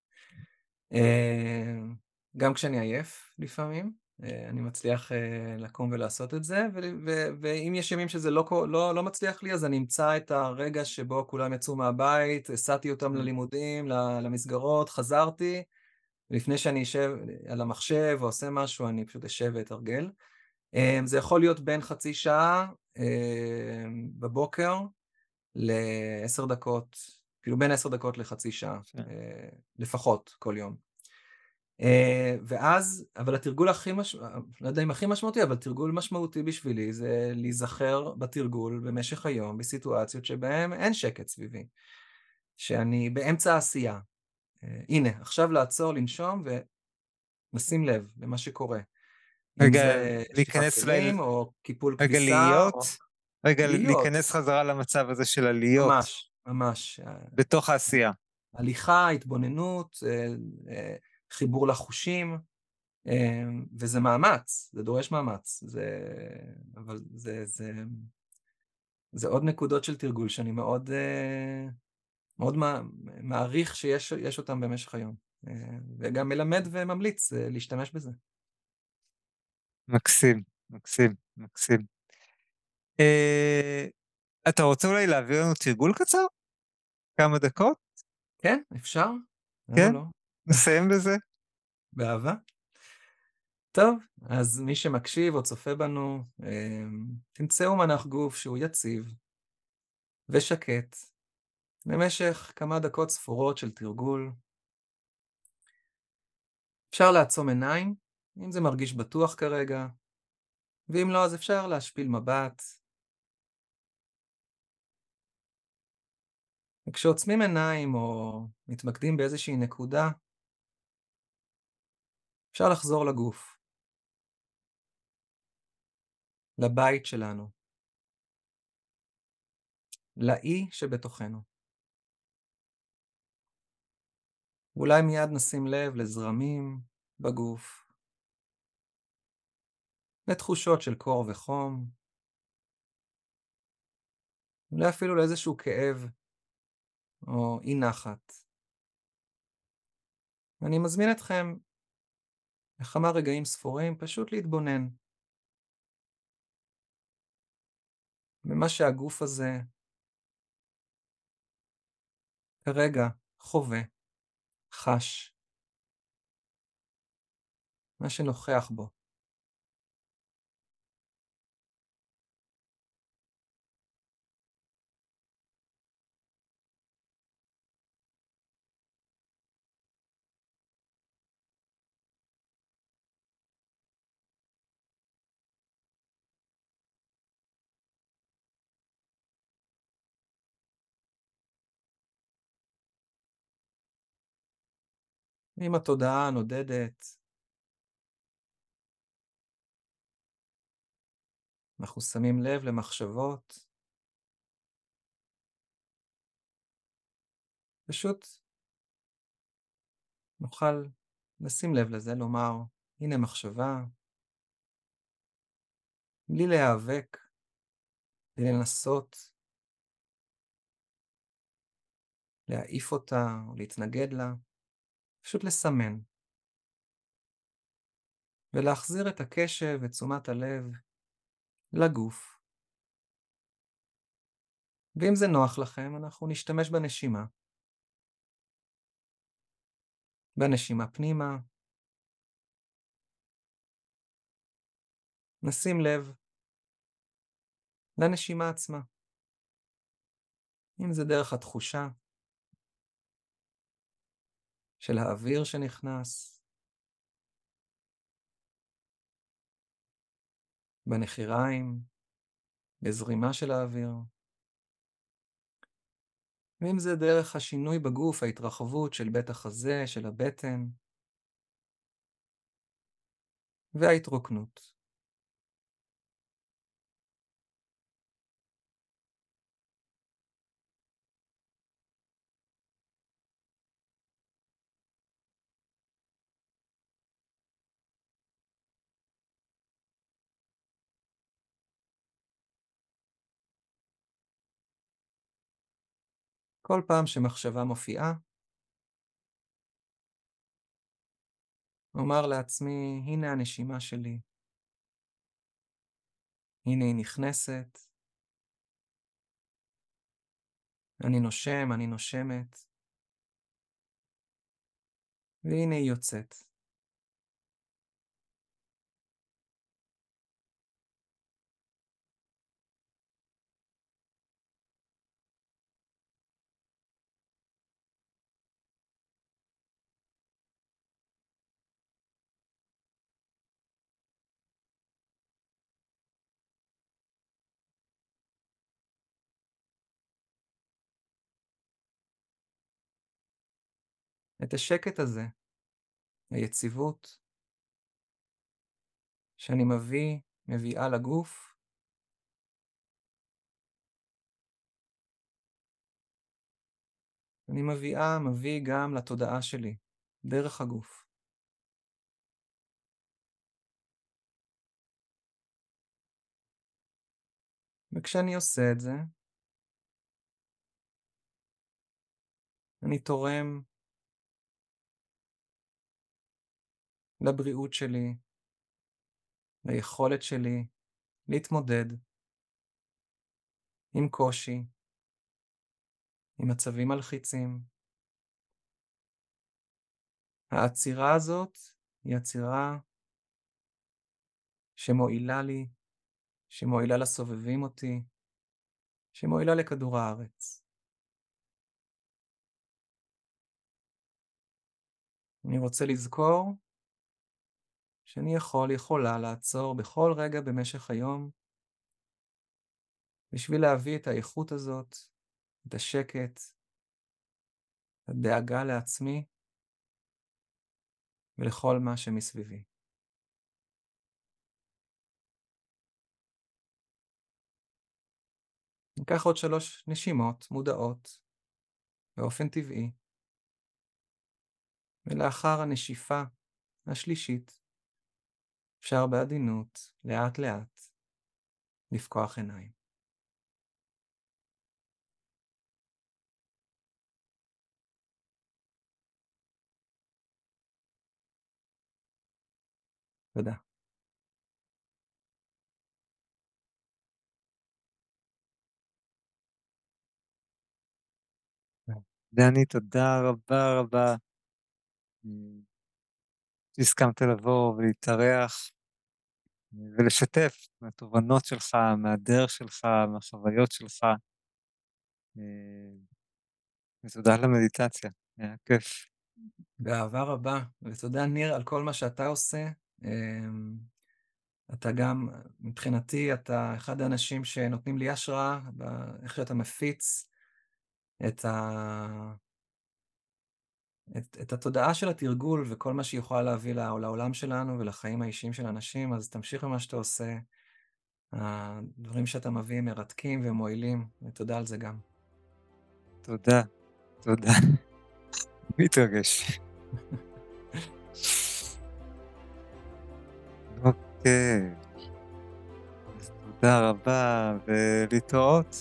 Speaker 2: גם כשאני עייף לפעמים, אני מצליח לקום ולעשות את זה, ואם יש ימים שזה לא מצליח לי, אז אני אמצא את הרגע שבו כולם יצאו מהבית, הסעתי אותם ללימודים, למסגרות, חזרתי, ולפני שאני אשב על המחשב או עושה משהו, אני פשוט אשב ואתרגל. זה יכול להיות בין חצי שעה בבוקר ל10 דקות, כאילו בין 10 דקות לחצי שעה, לפחות כל יום. ואז, אבל התרגול לא יודע אם הכי משמעותי, אבל תרגול משמעותי בשבילי זה להיזכר בתרגול במשך היום, בסיטואציות שבהן אין שקט סביבי, שאני באמצע העשייה. הנה, עכשיו לעצור, לנשום ולשים לב למה שקורה. אם
Speaker 1: רגע,
Speaker 2: זה שטיפת
Speaker 1: להיכנס
Speaker 2: כלים, או קיפול
Speaker 1: רגע
Speaker 2: כביסה,
Speaker 1: להיות,
Speaker 2: או
Speaker 1: רגע
Speaker 2: להיות,
Speaker 1: להיכנס חזרה למצב הזה של הלהיות,
Speaker 2: ממש, ממש.
Speaker 1: בתוך העשייה.
Speaker 2: הליכה, התבוננות, חיבור לחושים, וזה מאמץ, זה דורש מאמץ, אבל זה עוד נקודות של תרגול שאני מאוד, מאוד מעריך שיש אותם במשך היום, וגם מלמד וממליץ להשתמש בזה.
Speaker 1: מקסים, מקסים, מקסים. אתה רוצה אולי להעביר לנו תרגול קצר? כמה דקות?
Speaker 2: כן, אפשר? למה
Speaker 1: כן?
Speaker 2: לא?
Speaker 1: נסיים בזה?
Speaker 2: באהבה. טוב, אז מי שמקשיב או צופה בנו, תמצאו מנח גוף שהוא יציב ושקט במשך כמה דקות ספורות של תרגול. אפשר לעצום עיניים, אם זה מרגיש בטוח כרגע, ואם לא, אז אפשר להשפיל מבט. וכשעוצמים עיניים או מתמקדים באיזושהי נקודה, אפשר לחזור לגוף, לבית שלנו, לאי שבתוכנו. ואולי מיד נשים לב לזרמים בגוף, לתחושות של קור וחום, אולי אפילו לאיזשהו כאב או אי נחת. אני מזמין אתכם לכמה רגעים ספורים פשוט להתבונן במה שהגוף הזה כרגע חווה, חש, מה שנוכח בו. עם התודעה הנודדת, אנחנו שמים לב למחשבות, פשוט נוכל לשים לב לזה, לומר, הנה מחשבה, בלי להיאבק, בלי לנסות להעיף אותה או להתנגד לה, פשוט לסמן, ולהחזיר את הקשב ותשומת הלב לגוף. ואם זה נוח לכם, אנחנו נשתמש בנשימה. בנשימה פנימה, נשים לב לנשימה עצמה. אם זה דרך התחושה של האוויר שנכנס, בנחיריים, בזרימה של האוויר, ואם זה דרך השינוי בגוף, ההתרחבות של בית החזה, של הבטן, וההתרוקנות. כל פעם שמחשבה מופיעה, אומר לעצמי, הנה הנשימה שלי, הנה היא נכנסת, אני נושם, אני נושמת, והנה היא יוצאת. את השקט הזה, היציבות, שאני מביאה לגוף, אני מביא גם לתודעה שלי, דרך הגוף. וכשאני עושה את זה, אני תורם לבריאות שלי, ליכולת שלי להתמודד עם קושי, עם מצבים מלחיצים. העצירה הזאת היא עצירה שמועילה לי, שמועילה לסובבים אותי, שמועילה לכדור הארץ. אני רוצה לזכור שאני יכולה לעצור בכל רגע במשך היום, בשביל להביא את האיכות הזאת, את השקט, את הדאגה לעצמי ולכל מה שמסביבי. ניקח עוד 3 נשימות מודעות באופן טבעי, ולאחר הנשיפה השלישית, אפשר בעדינות, לאט לאט, לפקוח עיניים. תודה.
Speaker 1: דני, תודה רבה רבה שהסכמת לבוא ולהתארח ולשתף מהתובנות שלך, מהדרך שלך, מהחוויות שלך. ותודה על המדיטציה, היה כיף.
Speaker 2: באהבה רבה, ותודה ניר על כל מה שאתה עושה. אתה גם, מבחינתי, אתה אחד האנשים שנותנים לי השראה, איך שאתה מפיץ את התודעה של התרגול וכל מה שהיא יכולה להביא לעולם שלנו ולחיים האישיים של אנשים, אז תמשיך במה שאתה עושה. הדברים שאתה מביא מרתקים ומועילים, ותודה על זה גם.
Speaker 1: תודה, תודה. מתרגש. אוקיי. אז תודה רבה ולהתראות.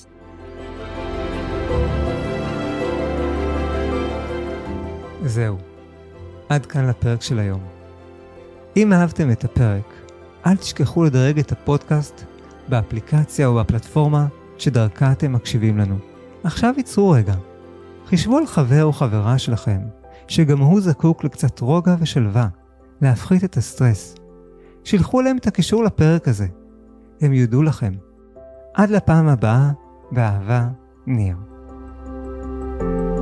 Speaker 3: זהו, עד כאן לפרק של היום. אם אהבתם את הפרק, אל תשכחו לדרג את הפודקאסט באפליקציה או בפלטפורמה שדרכה אתם מקשיבים לנו. עכשיו ייצרו רגע. חישבו על חבר או חברה שלכם, שגם הוא זקוק לקצת רוגע ושלווה, להפחית את הסטרס. שילחו להם את הקישור לפרק הזה. הם יודו לכם. עד לפעם הבאה, באהבה, ניר.